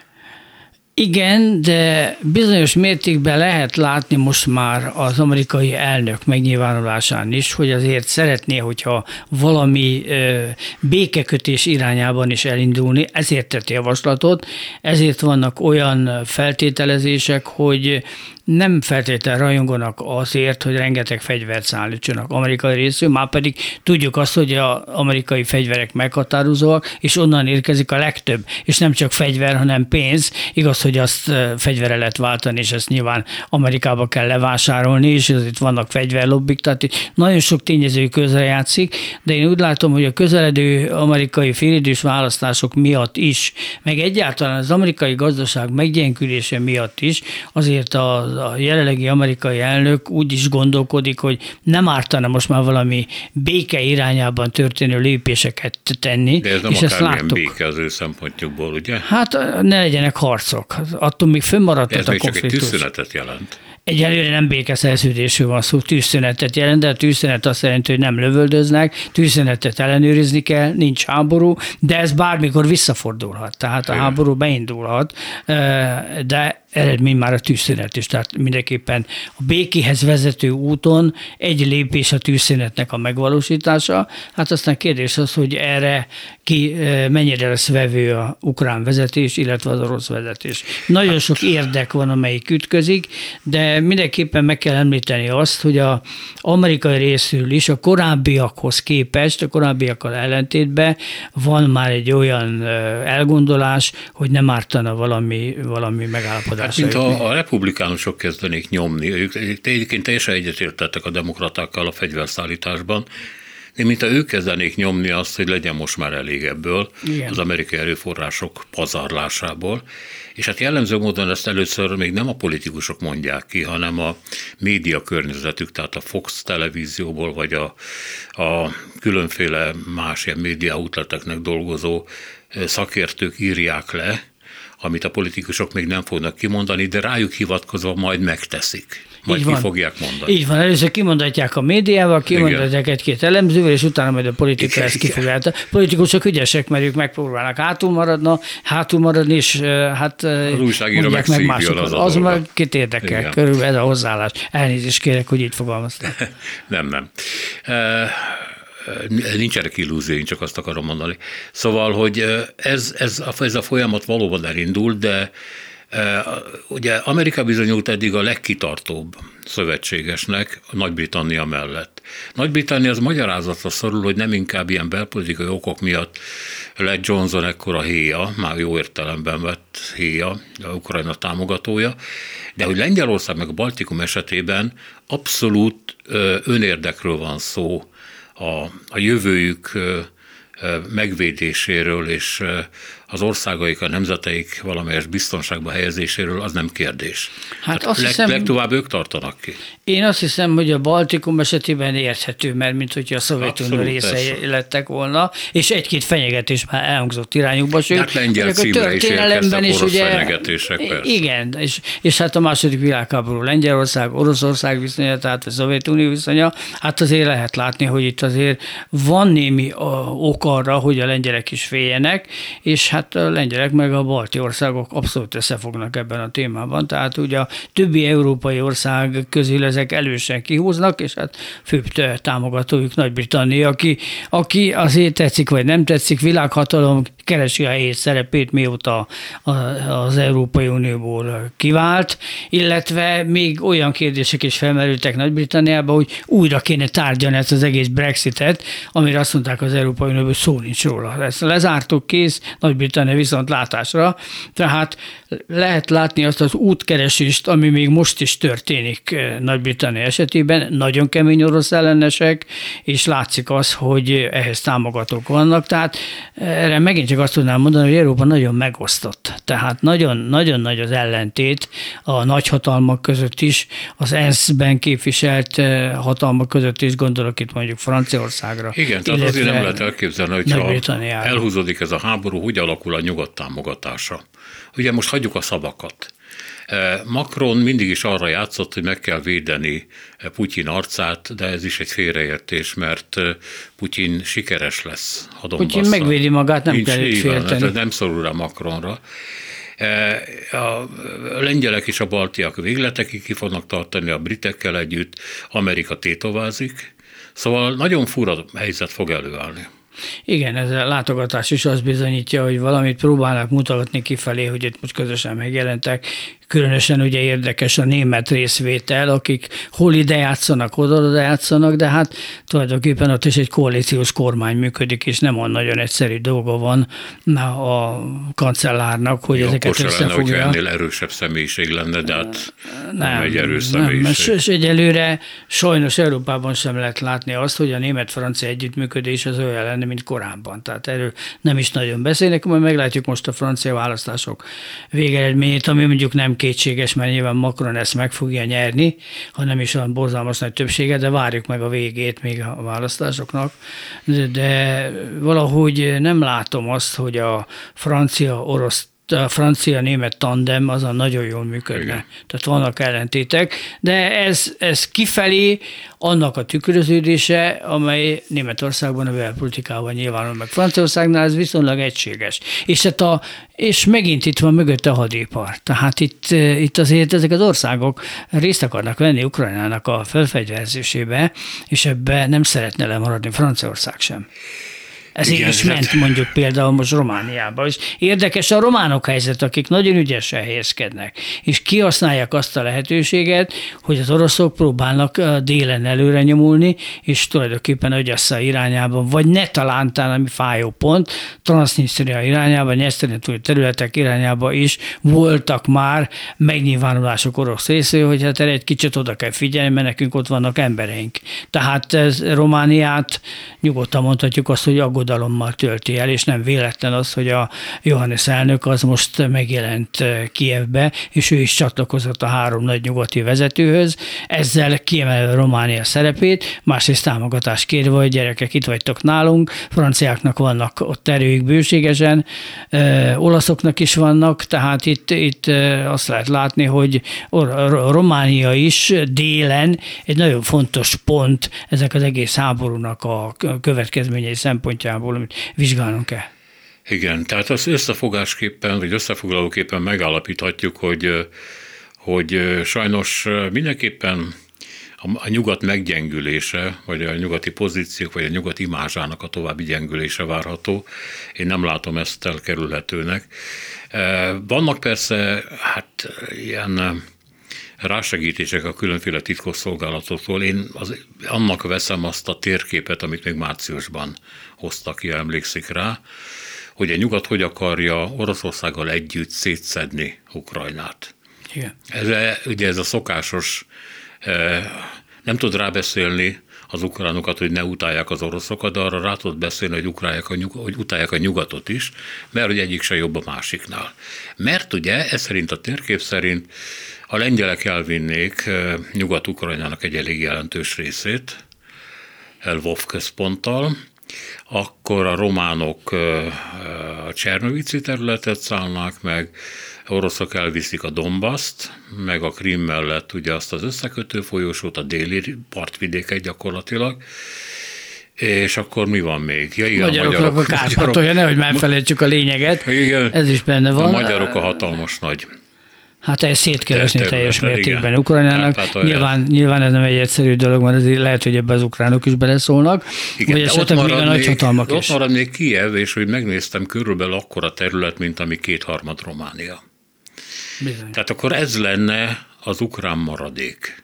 Igen, de bizonyos mértékben lehet látni most már az amerikai elnök megnyilvánulásán is, hogy azért szeretné, hogyha valami békekötés irányában is elindulni, ezért tett javaslatot, ezért vannak olyan feltételezések, hogy nem feltétlenül rajonganak azért, hogy rengeteg fegyvert szállítsanak amerikai részről, már pedig tudjuk azt, hogy az amerikai fegyverek meghatározóak, és onnan érkezik a legtöbb, és nem csak fegyver, hanem pénz. Igaz, hogy azt fegyverre lehet váltani, és ezt nyilván Amerikába kell levásárolni, és itt vannak fegyverlobbik, tehát nagyon sok tényező közrejátszik, de én úgy látom, hogy a közeledő amerikai félidős választások miatt is, meg egyáltalán az amerikai gazdaság meggyengülése miatt is, azért a jelenlegi amerikai elnök úgy is gondolkodik, hogy nem ártana most már valami béke irányában történő lépéseket tenni. De ez nem és akár ilyen béke az ő szempontjukból, ugye? Hát ne legyenek harcok. Attól még fönnmaradhat a konfliktus. Ez még csak egy tűzszünetet jelent. Egyelőre nem békeszerződésről van szó, tűzszünetet jelent, de a tűzszünet azt jelenti, hogy nem lövöldöznek, tűzszünetet ellenőrizni kell, nincs háború, de ez bármikor visszafordulhat, tehát a háború beindulhat, de eredmény már a tűzszünet is, tehát mindenképpen a békéhez vezető úton egy lépés a tűzszünetnek a megvalósítása, hát aztán kérdés az, hogy erre mennyire lesz vevő a ukrán vezetés, illetve az orosz vezetés. Nagyon sok érdek van, amelyik ütközik, de mindenképpen meg kell említeni azt, hogy az amerikai részről is a korábbiakhoz képest, a korábbiakkal ellentétben van már egy olyan elgondolás, hogy nem ártana valami megállapodás. Hát, mint a republikánusok kezdenék nyomni, ők egyébként teljesen egyetértettek a demokratákkal a fegyverszállításban, de mintha ők kezdenék nyomni azt, hogy legyen most már elég ebből, igen, az amerikai erőforrások pazarlásából, és hát jellemző módon ezt először még nem a politikusok mondják ki, hanem a média környezetük, tehát a Fox televízióból, vagy a különféle más ilyen média outleteknek dolgozó szakértők írják le, amit a politikusok még nem fognak kimondani, de rájuk hivatkozva majd megteszik. Majd ki fogják mondani. Így van, először kimondatják a médiával, kimondatják egy-két elemzővel, és utána majd a politika ezt ki fogja. A politikusok ügyesek, mert ők megpróbálnak hátul maradni, és hát mondják meg másokat. Az meg kit érdekel, igen, körülbelül ez a hozzáállás. Elnézést kérek, hogy így fogalmaztam. Nem. Nincsenek illúzióink, csak azt akarom mondani. Szóval, hogy ez a folyamat valóban elindul, de ugye Amerika bizonyult eddig a legkitartóbb szövetségesnek Nagy-Britannia mellett. Nagy-Britannia az magyarázatra szorul, hogy nem inkább ilyen belpolitikai okok miatt lett Johnson ekkora héja, már jó értelemben vett héja, a Ukrajna támogatója, de hogy Lengyelország meg a Baltikum esetében abszolút önérdekről van szó, a jövőjük megvédéséről és az országaik, a nemzeteik valamelyes biztonságba helyezéséről, az nem kérdés. Hát azt hiszem, legtovább ők tartanak ki. Én azt hiszem, hogy a Baltikum esetében érthető, mert mint hogyha a Szovjetunió részei lettek volna, és egy-két fenyegetés már elhangzott irányukba, sőt, hát lengyel címre is érkeztek orosz fenyegetések, persze. Igen, és hát a második világháború Lengyelország, Oroszország viszonya, tehát a Szovjetunió viszonya, hát azért lehet látni, hogy itt azért van némi ok arra, hogy a lengyelek is féljenek, és hát a lengyelek meg a balti országok abszolút összefognak ebben a témában, tehát ugye a többi európai ország közül ezek elősen kihúznak, és hát főbb támogatójuk Nagy-Britannia, aki azért tetszik vagy nem tetszik, világhatalom, keresi a helyét, szerepét, mióta az Európai Unióból kivált, illetve még olyan kérdések is felmerültek Nagy-Britanniában, hogy újra kéne tárgyalni ezt az egész Brexitet, amire azt mondták az Európai Unióból, szó nincs róla. Ezt lezártuk, kész, Nagy-Britannia viszont látásra. Tehát lehet látni azt az útkeresést, ami még most is történik Nagy-Britannia esetében. Nagyon kemény orosz ellenesek, és látszik az, hogy ehhez támogatók vannak. Tehát erre megint csak azt tudnám mondani, hogy Európa nagyon megosztott. Tehát nagyon nagy az ellentét a nagyhatalmak között is, az ENSZ-ben képviselt hatalmak között is, gondolok itt mondjuk Franciaországra. Igen, tehát azért nem lehet elképzelni, hogyha elhúzódik ez a háború, hogy alakul a nyugat támogatása. Ugye most hagyjuk a szavakat. Macron mindig is arra játszott, hogy meg kell védeni Putyin arcát, de ez is egy félreértés, mert Putyin sikeres lesz a Donbasszal. Putyin megvédi magát, nem kell őt félteni. Nem szorul rá Macronra. A lengyelek és a baltiak végletekig ki fognak tartani a britekkel együtt, Amerika tétovázik, szóval nagyon fura helyzet fog előállni. Igen, ez a látogatás is azt bizonyítja, hogy valamit próbálnak mutatni kifelé, hogy itt most közösen megjelentek. Különösen ugye érdekes a német részvétel, akik hol ide játszanak, oda játszanak, de hát tulajdonképpen ott is egy koalíciós kormány működik, és nem olyan nagyon egyszerű dolga van a kancellárnak, hogy ezeket összefogja. Lenne, hogyha ennél erősebb személyiség lenne, de hát nem egy erős személyiség. És egyelőre sajnos Európában sem lehet látni azt, hogy a német-francia együttműködés az olyan lenne, mint korábban. Tehát erről nem is nagyon beszélnek, majd meglátjuk most a francia választások végeredményét, ami mondjuk nem kétséges, mert nyilván Macron ezt meg fogja nyerni, ha nem is olyan borzalmas nagy többsége, de várjuk meg a végét még a választásoknak. De valahogy nem látom azt, hogy a francia-német tandem azon nagyon jól működne. Igen. Tehát vannak ellentétek, de ez kifelé annak a tükröződése, amely Németországban a belpolitikában nyilvánul meg. Franciaországnál ez viszonylag egységes. És megint itt van mögött a hadipar. Tehát itt azért ezek az országok részt akarnak venni Ukrajnának a felfegyverzésébe, és ebbe nem szeretne lemaradni Franciaország sem. Ez így is ment mondjuk például most Romániában. És érdekes a románok helyzet, akik nagyon ügyesen helyezkednek, és kihasználják azt a lehetőséget, hogy az oroszok próbálnak délen előre nyomulni, és tulajdonképpen Agyassza irányában, vagy netalántán, ami fájó pont, Transznyisztria irányában, Nyeszteren túli területek irányában is voltak már megnyilvánulások orosz részéről, hogy hát erre egy kicsit oda kell figyelni, mert nekünk ott vannak embereink. Tehát ez Romániát nyugodtan mondhatjuk azt, hogy aggodalommal tölti el, és nem véletlen az, hogy a Johannes elnök az most megjelent Kijevbe, és ő is csatlakozott a 3 nagy nyugati vezetőhöz, ezzel kiemelve Románia szerepét, másrészt támogatást kérve, hogy gyerekek, itt vagytok nálunk, franciáknak vannak ott erőik bőségesen, olaszoknak is vannak, tehát itt azt lehet látni, hogy Románia is délen egy nagyon fontos pont ezek az egész háborúnak a következményei szempontjából, amit vizsgálnunk kell. Igen, tehát az összefogásképpen, vagy összefoglalóképpen megállapíthatjuk, hogy sajnos mindenképpen a nyugat meggyengülése, vagy a nyugati pozíciók, vagy a nyugat imázsának a további gyengülése várható. Én nem látom ezt elkerülhetőnek. Vannak persze ilyen rásegítések a különféle titkosszolgálatoktól. Én annak veszem azt a térképet, amit még márciusban hoztak ki, emlékszik rá, hogy a nyugat hogy akarja Oroszországgal együtt szétszedni Ukrajnát. Igen. Ez a szokásos, nem tud rábeszélni az ukránokat, hogy ne utálják az oroszokat, de arra rá tudott beszélni, hogy utálják a nyugatot is, mert hogy egyik se jobb a másiknál. Mert ugye, ez szerint a térkép szerint a lengyelek elvinnék Nyugat-Ukrajnának egy elég jelentős részét, Lvov központtal, akkor a románok a Csernovici területet szállnák meg, oroszok elviszik a Donbaszt, meg a Krím mellett ugye azt az összekötő folyósót, a déli partvidéket gyakorlatilag, és akkor mi van még? Ja, igen, magyaroknak a Kárpátolja, nehogy megfelejtsük a lényeget, igen, ez is benne van. A magyarok a hatalmas nagy. Hát ezt szét kell esni teljes mértékben Ukrajnának. Nyilván ez nem egy egyszerű dolog, mert azért lehet, hogy ebbe az ukránok is beleszólnak, igen, vagy esetleg még a nagyhatalmak is. Ott marad még Kijev, és hogy megnéztem, körülbelül akkora terület, mint ami 2/3 Románia. Bizony. Tehát akkor ez lenne az ukrán maradék.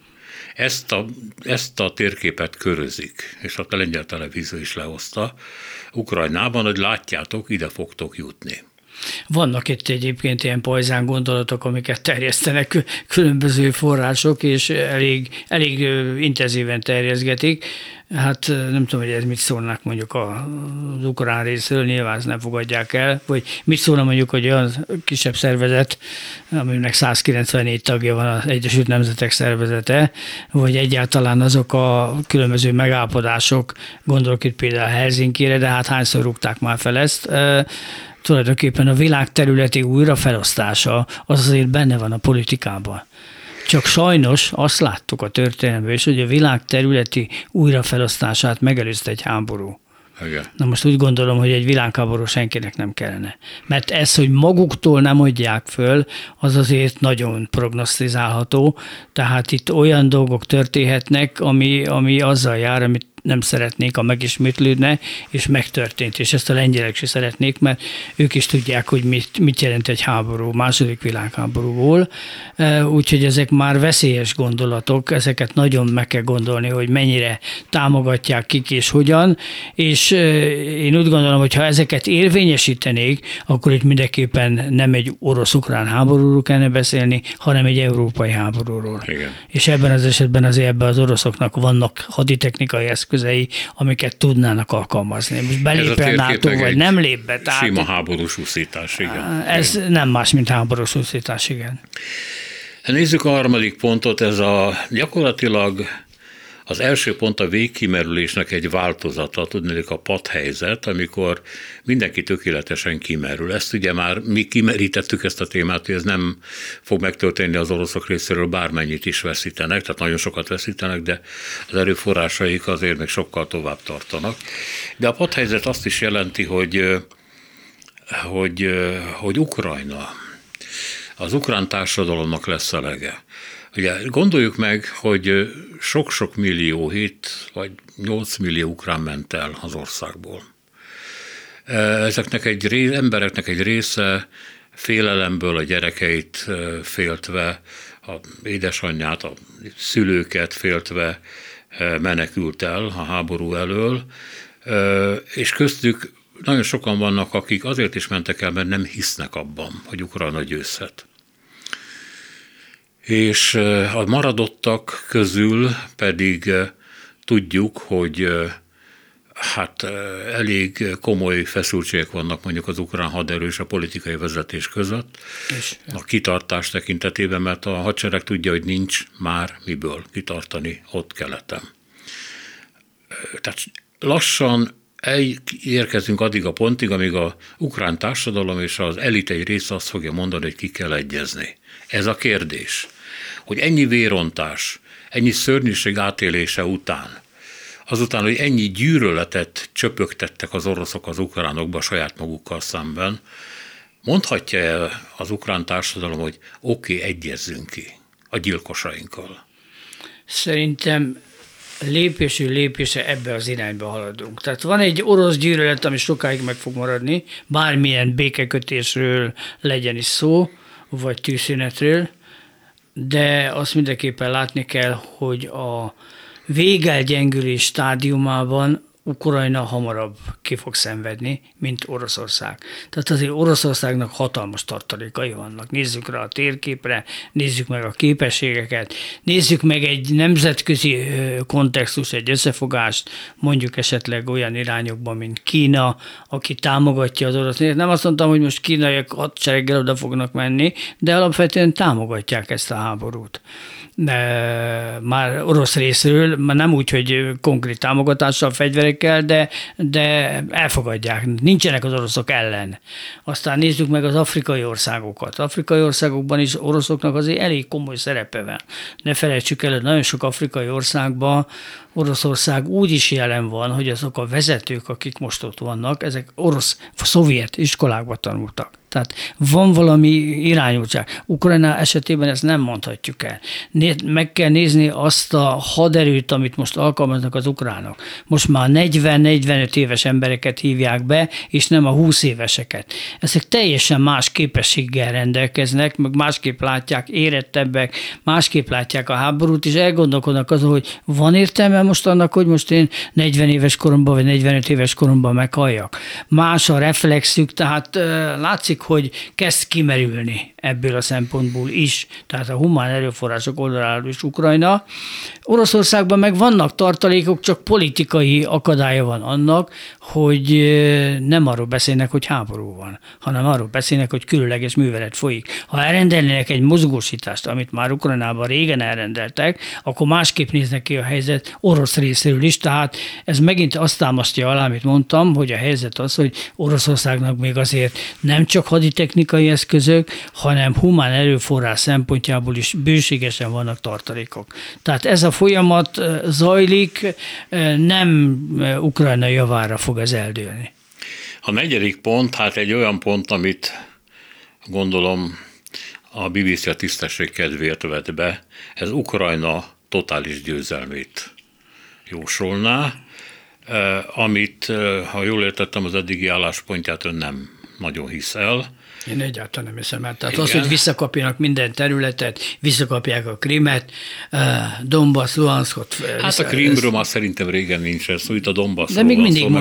Ezt a térképet körözik, és a lengyel televízió is lehozta Ukrajnában, hogy látjátok, ide fogtok jutni. Vannak itt egyébként ilyen pajzán gondolatok, amiket terjesztenek különböző források, és elég intenzíven terjeszgetik. Hát nem tudom, hogy ez mit szólnak mondjuk az ukrán részről, nyilván ezt nem fogadják el, vagy mit szólna mondjuk, hogy olyan kisebb szervezet, aminek 194 tagja van az Egyesült Nemzetek Szervezete, vagy egyáltalán azok a különböző megállapodások, gondolok itt például Helsinkire, de hát hányszor rúgták már fel ezt, tulajdonképpen a világ területi újrafelosztása az azért benne van a politikában. Csak sajnos azt láttuk a történelemben is, hogy a világ területi újrafelosztását megelőzte egy háború. Igen. Na most úgy gondolom, hogy egy világháború senkinek nem kellene. Mert ez, hogy maguktól nem adják föl, az azért nagyon prognosztizálható. Tehát itt olyan dolgok történhetnek, ami azzal jár, amit nem szeretnék, ha megismétlődne, és megtörtént. És ezt a lengyelek is szeretnék, mert ők is tudják, hogy mit jelent egy háború, második világháborúból. Úgyhogy ezek már veszélyes gondolatok, ezeket nagyon meg kell gondolni, hogy mennyire támogatják kik és hogyan, és én úgy gondolom, hogy ha ezeket érvényesítenék, akkor itt mindenképpen nem egy orosz-ukrán háborúról kellene beszélni, hanem egy európai háborúról. Igen. És ebben az esetben azért ebben az oroszoknak vannak haditechnikai eszközei, amiket tudnának alkalmazni. Most belép a NATO, vagy nem lép be. Tehát sima háborús úszítás, igen. Ez nem más, mint háborús úszítás, igen. Nézzük a harmadik pontot, ez gyakorlatilag az első pont a végkimerülésnek egy változata, tudnék a padhelyzet, amikor mindenki tökéletesen kimerül. Ezt ugye már mi kimerítettük ezt a témát, hogy ez nem fog megtörténni az oroszok részéről, bármennyit is veszítenek, tehát nagyon sokat veszítenek, de az erőforrásaik azért még sokkal tovább tartanak. De a padhelyzet azt is jelenti, hogy Ukrajna, az ukrán társadalomnak lesz elege. Ugye gondoljuk meg, hogy sok-sok millió, 7 vagy 8 millió ukrán ment el az országból. Ezeknek embereknek egy része félelemből a gyerekeit féltve, a édesanyját, a szülőket féltve menekült el a háború elől, és köztük nagyon sokan vannak, akik azért is mentek el, mert nem hisznek abban, hogy Ukrajna győzhet. És a maradottak közül pedig tudjuk, hogy hát elég komoly feszültségek vannak mondjuk az ukrán haderő és a politikai vezetés között a kitartás tekintetében, mert a hadsereg tudja, hogy nincs már miből kitartani ott keleten. Tehát lassan érkezünk addig a pontig, amíg az ukrán társadalom és az elit egy része azt fogja mondani, hogy ki kell egyezni. Ez a kérdés, hogy ennyi vérontás, ennyi szörnyűség átélése után, azután, hogy ennyi gyűlöletet csöpögtettek az oroszok az ukránokba saját magukkal szemben, mondhatja el az ukrán társadalom, hogy oké, egyezzünk ki a gyilkosainkkal? Szerintem lépésről lépésre ebbe az irányba haladunk. Tehát van egy orosz gyűlölet, ami sokáig meg fog maradni, bármilyen békekötésről legyen is szó, vagy tűzszünetről, de azt mindenképpen látni kell, hogy a végelgyengülés stádiumában Ukrajna hamarabb ki fog szenvedni, mint Oroszország. Tehát azért Oroszországnak hatalmas tartalékai vannak. Nézzük rá a térképre, nézzük meg a képességeket, nézzük meg egy nemzetközi kontextus, egy összefogást, mondjuk esetleg olyan irányokban, mint Kína, aki támogatja az orosz. Nem azt mondtam, hogy most kínaiak hadsereggel oda fognak menni, de alapvetően támogatják ezt a háborút. Már orosz részről, már nem úgy, hogy konkrét támogatással, fegyverekkel, de elfogadják. Nincsenek az oroszok ellen. Aztán nézzük meg az afrikai országokat. Az afrikai országokban is oroszoknak azért elég komoly szerepe van. Ne felejtsük el, hogy nagyon sok afrikai országban Oroszország úgy is jelen van, hogy azok a vezetők, akik most ott vannak, ezek szovjet iskolákban tanultak. Tehát van valami irányultság. Ukrajna esetében ezt nem mondhatjuk el. Meg kell nézni azt a haderőt, amit most alkalmaznak az ukránok. Most már 40-45 éves embereket hívják be, és nem a 20 éveseket. Ezek teljesen más képességgel rendelkeznek, meg másképp látják, érettebbek, másképp látják a háborút, és elgondolkodnak azon, hogy van értelme most annak, hogy most én 40 éves koromban, vagy 45 éves koromban meghalljak. Más a reflexük, tehát látszik, hogy kezd kimerülni ebből a szempontból is, tehát a humán erőforrások oldaláról is Ukrajna. Oroszországban meg vannak tartalékok, csak politikai akadálya van annak, hogy nem arról beszélnek, hogy háború van, hanem arról beszélnek, hogy különleges művelet folyik. Ha elrendelnének egy mozgósítást, amit már Ukrajnában régen elrendeltek, akkor másképp néznek ki a helyzet orosz részéről is, tehát ez megint azt támasztja alá, amit mondtam, hogy a helyzet az, hogy Oroszországnak még azért nem csak haditechnikai eszközök, hanem humán erőforrás szempontjából is bőségesen vannak tartalékok. Tehát ez a folyamat zajlik, nem Ukrajna javára fog ez eldőlni. A negyedik pont, hát egy olyan pont, amit gondolom a BBC a tisztesség kedvéért vett be, ez Ukrajna totális győzelmét jósolná, amit, ha jól értettem, az eddigi álláspontját ön nem nagyon hisz el. Én egyáltalán nem hiszem el. Tehát igen. Az, hogy visszakapjanak minden területet, visszakapják a Krimet, Donbass, Luhanskot. Hát a Krimről már szerintem régen nincsen szó, itt a Donbassról. De még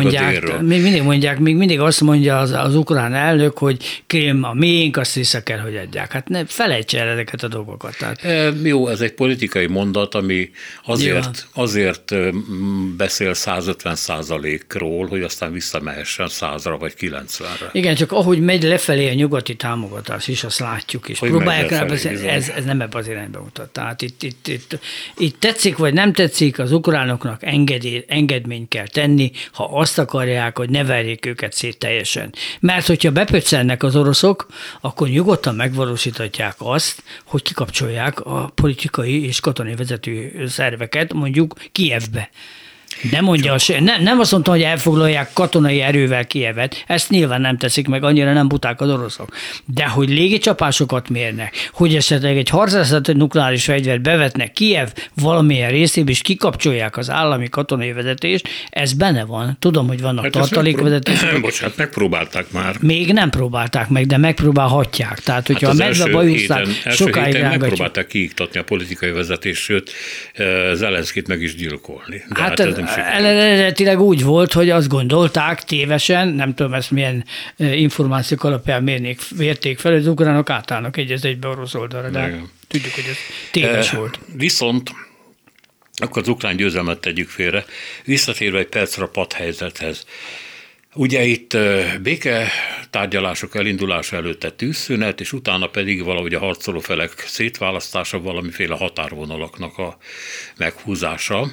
mindig azt mondja az ukrán elnök, hogy Krím a miénk, azt vissza kell, hogy adják. Hát ne felejtse el ezeket a dolgokat. Tehát. Jó, ez egy politikai mondat, ami azért beszél 150%-ról, hogy aztán visszamehessen 100-ra vagy 90-re. Igen, csak ahogy megy lefelé a nyugati támogatás is, azt látjuk is. Próbálják rá, ez nem ebben az irányba mutat. Tehát itt tetszik vagy nem tetszik, az ukránoknak engedményt kell tenni, ha azt akarják, hogy ne verjék őket szét teljesen. Mert hogyha bepöccennek az oroszok, akkor nyugodtan megvalósíthatják azt, hogy kikapcsolják a politikai és katonai vezető szerveket, mondjuk Kijevbe. Nem azt mondtam, hogy elfoglalják katonai erővel Kijevet, ezt nyilván nem teszik meg, annyira nem buták az oroszok. De hogy légicsapásokat mérnek, hogy esetleg egy harcászati nukleáris fegyvert bevetnek Kijev valamilyen részébe, és kikapcsolják az állami katonai vezetést, ez benne van. Tudom, hogy vannak tartalékvezetések. Bocsánat, megpróbálták már. Még nem próbálták meg, de megpróbálhatják. Tehát, hogyha a medve bajuszták sokáig megpróbálták kiiktatni a politikai vezetést, sőt, Zelenszkit meg is gyilkolni. De hát eredetileg úgy volt, hogy azt gondolták tévesen, nem tudom ezt milyen információk alapján mérték fel, hogy az ukránok átállnak egy-egybe orosz oldalra, de tudjuk, hogy ez téves volt. Viszont akkor az ukrán győzelmet tegyük félre, visszatérve egy percre a padhelyzethez. Ugye itt béketárgyalások elindulása előtt egy tűzszünet, és utána pedig valahogy a harcoló felek szétválasztása, valamiféle határvonalaknak a meghúzása,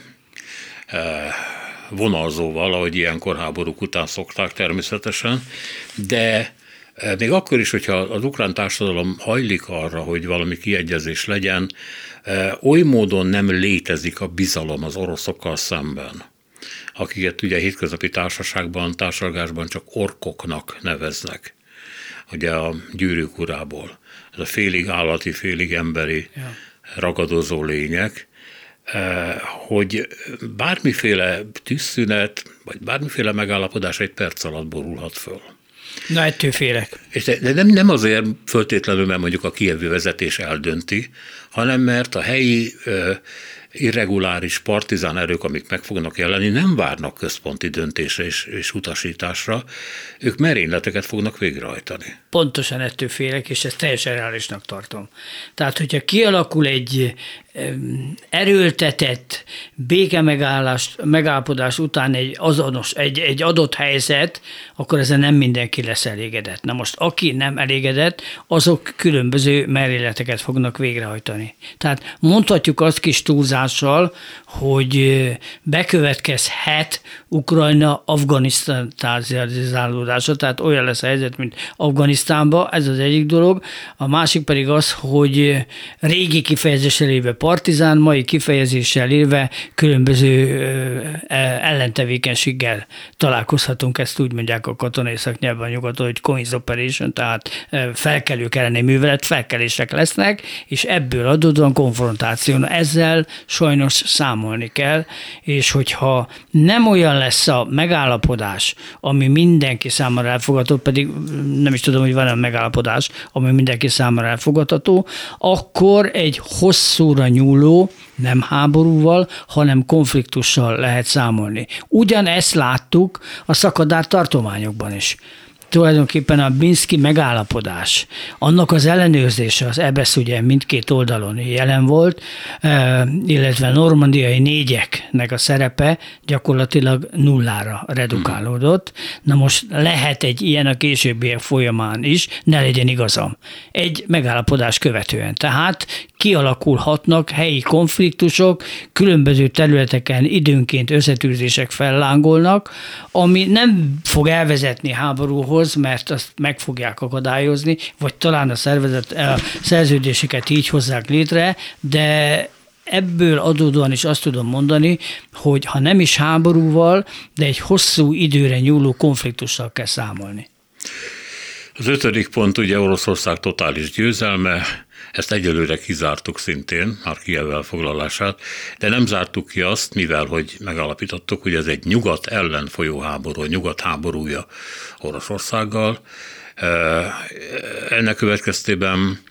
vonalzóval, ahogy ilyenkor háborúk után szokták természetesen, de még akkor is, hogyha az ukrán társadalom hajlik arra, hogy valami kiegyezés legyen, oly módon nem létezik a bizalom az oroszokkal szemben, akiket ugye hétköznapi társalgásban csak orkoknak neveznek, ugye a Gyűrűk urából. Ez a félig állati, félig emberi ragadozó lények, hogy bármiféle tűzszünet, vagy bármiféle megállapodás egy perc alatt borulhat föl. Na, ettől félek. De nem azért föltétlenül, mert mondjuk a kijevi vezetés eldönti, hanem mert a helyi irreguláris partizán erők, amik meg fognak jelenni, nem várnak központi döntésre és utasításra, ők merényleteket fognak végrehajtani. Pontosan ettől félek, és ezt teljesen reálisnak tartom. Tehát, hogyha kialakul egy erőltetett megállapodás után egy adott helyzet, akkor ezzel nem mindenki lesz elégedett. Na most, aki nem elégedett, azok különböző merényleteket fognak végrehajtani. Tehát mondhatjuk azt kis túlzással, bekövetkezhet Ukrajna afganisztánizálódása, tehát olyan lesz a helyzet, mint Afganisztánban, ez az egyik dolog. A másik pedig az, hogy régi kifejezéssel élve partizán, mai kifejezéssel élve különböző ellentevékenységgel találkozhatunk, ezt úgy mondják a katonai szaknyelven nyugaton, hogy coins operation, tehát felkelők elleni művelet, felkelések lesznek, és ebből adódóan konfrontáció. Ezzel sajnos számolni kell, és hogyha nem olyan lesz a megállapodás, ami mindenki számára elfogadható, pedig nem is tudom, hogy van-e megállapodás, ami mindenki számára elfogadható, akkor egy hosszúra nyúló, nem háborúval, hanem konfliktussal lehet számolni. Ugyanezt láttuk a szakadár tartományokban is. Tulajdonképpen a Minszki megállapodás, annak az ellenőrzése, az EBESZ ugye mindkét oldalon jelen volt, illetve normandiai négyeknek a szerepe gyakorlatilag nullára redukálódott. Na most lehet egy ilyen a későbbiek folyamán is, ne legyen igazam. Egy megállapodás követően. Tehát kialakulhatnak helyi konfliktusok, különböző területeken időnként összetűzések fellángolnak, ami nem fog elvezetni háborúhoz, mert azt meg fogják akadályozni, vagy talán a szerződéseket így hozzák létre, de ebből adódóan is azt tudom mondani, hogy ha nem is háborúval, de egy hosszú időre nyúló konfliktussal kell számolni. Az 5. pont ugye Oroszország totális győzelme, ezt egyelőre kizártuk szintén, már Kijev elfoglalását, de nem zártuk ki azt, mivel hogy megállapítottuk, hogy ez egy nyugat ellen folyó háború, nyugat háborúja Oroszországgal. Ennek következtében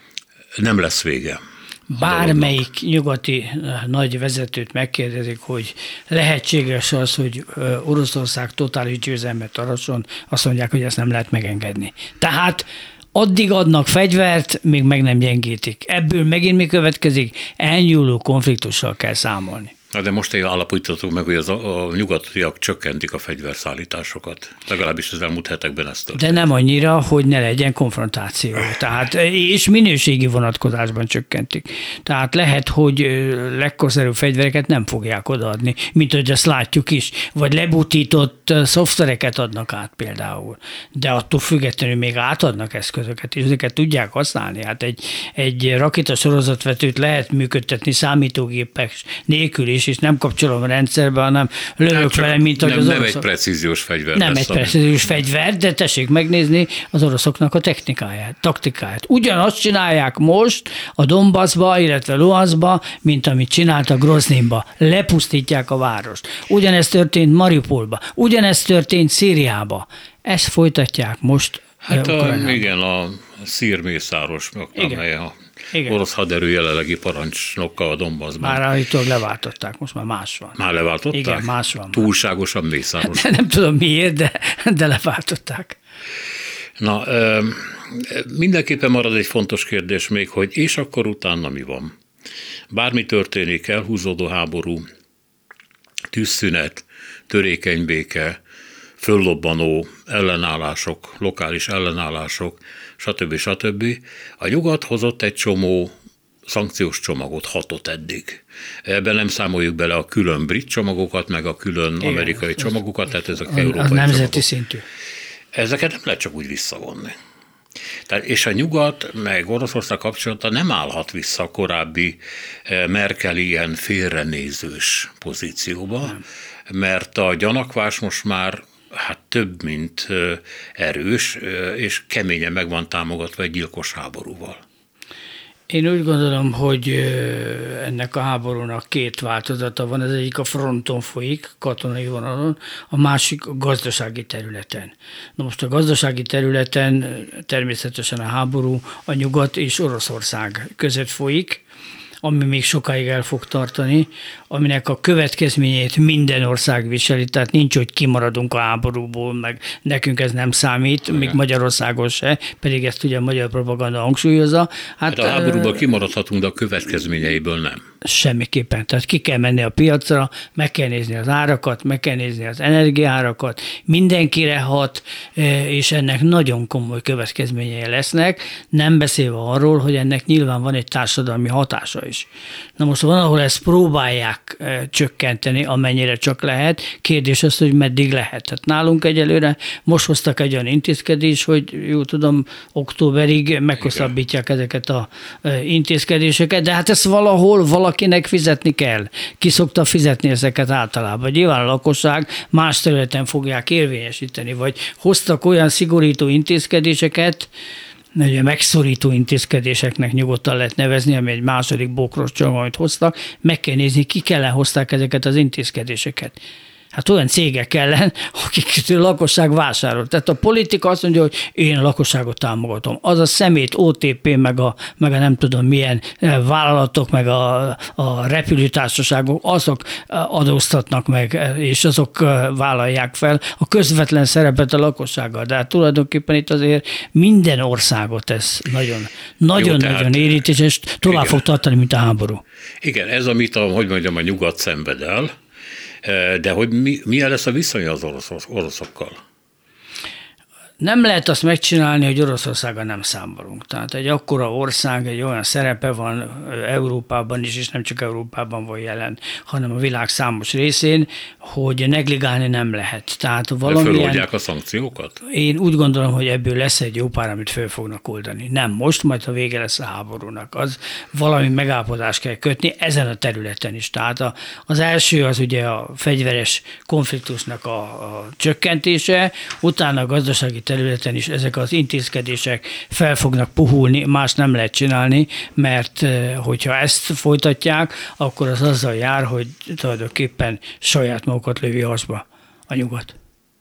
nem lesz vége. Bármelyik nyugati nagy vezetőt megkérdezik, hogy lehetséges az, hogy Oroszország totális győzelmet arasson, azt mondják, hogy ezt nem lehet megengedni. Tehát addig adnak fegyvert, még meg nem gyengítik. Ebből megint mi következik? Elnyúló konfliktussal kell számolni. Na de most állapítottuk meg, hogy a nyugatiak csökkentik a fegyverszállításokat. Legalábbis az elmúlt hetekben ezt történt. De nem annyira, hogy ne legyen konfrontáció. Tehát, és minőségi vonatkozásban csökkentik. Tehát lehet, hogy legkorszerűbb fegyvereket nem fogják odaadni, mint hogy ezt látjuk is. Vagy lebutított szoftvereket adnak át például. De attól függetlenül még átadnak eszközöket, és ezeket tudják használni. Hát egy rakétasorozatvetőt lehet működtetni számítógépek nélkül is, és nem kapcsolom a rendszerbe, hanem lövök vele, mint hogy az oroszok. Nem egy precíziós fegyver. Nem egy precíziós fegyver, de tessék megnézni az oroszoknak a taktikáját. Ugyanazt csinálják most a Donbassba, illetve Luhanszba, mint amit csináltak Groznynba. Lepusztítják a várost. Ugyanezt történt Mariupolba. Ugyanezt történt Szíriába. Ezt folytatják most. Hát igen, a szírmészáros, amely a orosz haderő jelenlegi parancsnoka a Donbassban. Már állítólag leváltották, most már más van. Már leváltották? Igen, más van. Túlságosan mészáros. Nem tudom miért, de leváltották. Na, mindenképpen marad egy fontos kérdés még, hogy és akkor utána mi van? Bármi történik, elhúzódó háború, tűzszünet, törékeny béke, föllobbanó ellenállások, lokális ellenállások, stb. A nyugat hozott egy csomó szankciós csomagot, 6 eddig. Ebben nem számoljuk bele a külön brit csomagokat, meg a külön amerikai csomagokat, tehát ezek európai az nemzeti csomagok. Szintű. Ezeket nem lehet csak úgy visszavonni. Tehát, és a nyugat meg Oroszország kapcsolata nem állhat vissza a korábbi Merkel ilyen félrenézős pozícióba, mert a gyanakvás most már több, mint erős, és keményen meg van támogatva egy gyilkos háborúval. Én úgy gondolom, hogy ennek a háborúnak 2 változata van. Az egyik a fronton folyik, katonai vonalon, a másik a gazdasági területen. Na most a gazdasági területen természetesen a háború a Nyugat és Oroszország között folyik. ami még sokáig el fog tartani, aminek a következményeit minden ország viseli, tehát nincs, hogy kimaradunk a háborúból, meg nekünk ez nem számít, még Magyarországon se, pedig ezt ugye a magyar propaganda hangsúlyozza. Hát a háborúban kimaradhatunk, de a következményeiből nem. Semmiképpen. Tehát ki kell menni a piacra, meg kell nézni az árakat, meg kell nézni az energiaárakat, mindenkire hat, és ennek nagyon komoly következményei lesznek, nem beszélve arról, hogy ennek nyilván van egy társadalmi hatása is. Na most van, ahol ezt próbálják csökkenteni, amennyire csak lehet. Kérdés az, hogy meddig lehet. Tehát nálunk egyelőre most hoztak egy olyan intézkedést, hogy jó tudom, októberig meghosszabbítják ezeket az intézkedéseket, de hát ezt valahol valakinek fizetni kell. Ki szokta fizetni ezeket általában? Nyilván a lakosság más területen fogják érvényesíteni, vagy hoztak olyan szigorító intézkedéseket, ugye megszorító intézkedéseknek nyugodtan lehet nevezni, ami egy második bokros csomag, amit hoztak, meg kell nézni, kik ellen hozták ezeket az intézkedéseket. Hát olyan cégek ellen, akiktől a lakosság vásárol. Tehát a politika azt mondja, hogy én a lakosságot támogatom. Az a szemét, OTP, meg a nem tudom milyen vállalatok, meg a repülőtársaságok, azok adóztatnak meg, és azok vállalják fel a közvetlen szerepet a lakossággal. De hát tulajdonképpen itt azért minden országot ez nagyon-nagyon érint, és tovább fog tartani, mint a háború. Igen, ez amit a nyugat szenved el, de hogy milyen lesz a viszonya az oroszokkal? Nem lehet azt megcsinálni, hogy Oroszországgal nem számolunk. Tehát egy akkora ország, egy olyan szerepe van Európában is, és nem csak Európában van jelen, hanem a világ számos részén, hogy negligálni nem lehet. Tehát valamilyen... De föloldják a szankciókat? Én úgy gondolom, hogy ebből lesz egy jó pár, amit föl fognak oldani. Nem most, majd ha vége lesz a háborúnak. Az valami megállapodást kell kötni ezen a területen is. Tehát az első az ugye a fegyveres konfliktusnak a csökkentése, utána a gazdasági területen is ezek az intézkedések fel fognak puhulni, más nem lehet csinálni, mert hogyha ezt folytatják, akkor az azzal jár, hogy tulajdonképpen saját magukat lövi hasba a nyugat.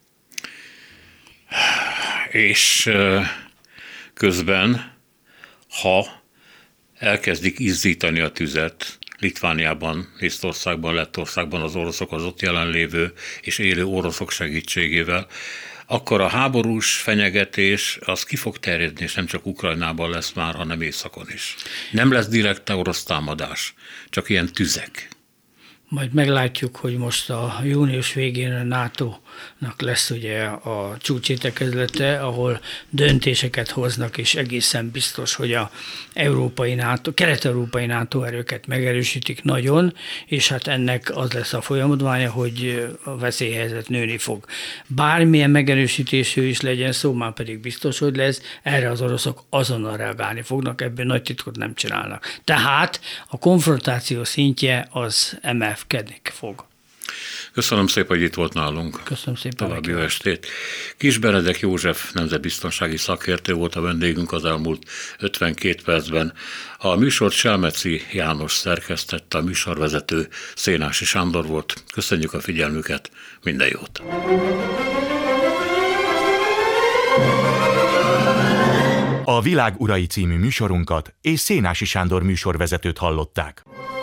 És közben, ha elkezdik izzítani a tüzet, Litvániában, Észtországban, Lettországban az oroszok, az ott jelenlévő és élő oroszok segítségével, akkor a háborús fenyegetés az ki fog terjedni, és nem csak Ukrajnában lesz már, hanem északon is. Nem lesz direkt orosz támadás, csak ilyen tüzek. Majd meglátjuk, hogy most a június végén a NATO-nak lesz ugye a csúcsértekezlete, ahol döntéseket hoznak, és egészen biztos, hogy a kelet-európai NATO erőket megerősítik nagyon, és hát ennek az lesz a folyamatványa, hogy a veszélyhelyzet nőni fog. Bármilyen megerősítésű is legyen szó, már pedig biztos, hogy lesz, erre az oroszok azonnal reagálni fognak, ebből nagy titkot nem csinálnak. Tehát a konfrontáció szintje az emelkedni fog. Köszönöm szépen, hogy itt volt nálunk. Köszönöm szépen. További jó estét. Kis Benedek József nemzetbiztonsági szakértő volt a vendégünk az elmúlt 52 percben. A műsort Selmeci János szerkesztette, a műsorvezető Szénási Sándor volt. Köszönjük a figyelmüket, minden jót! A Világ urai című műsorunkat és Szénási Sándor műsorvezetőt hallották.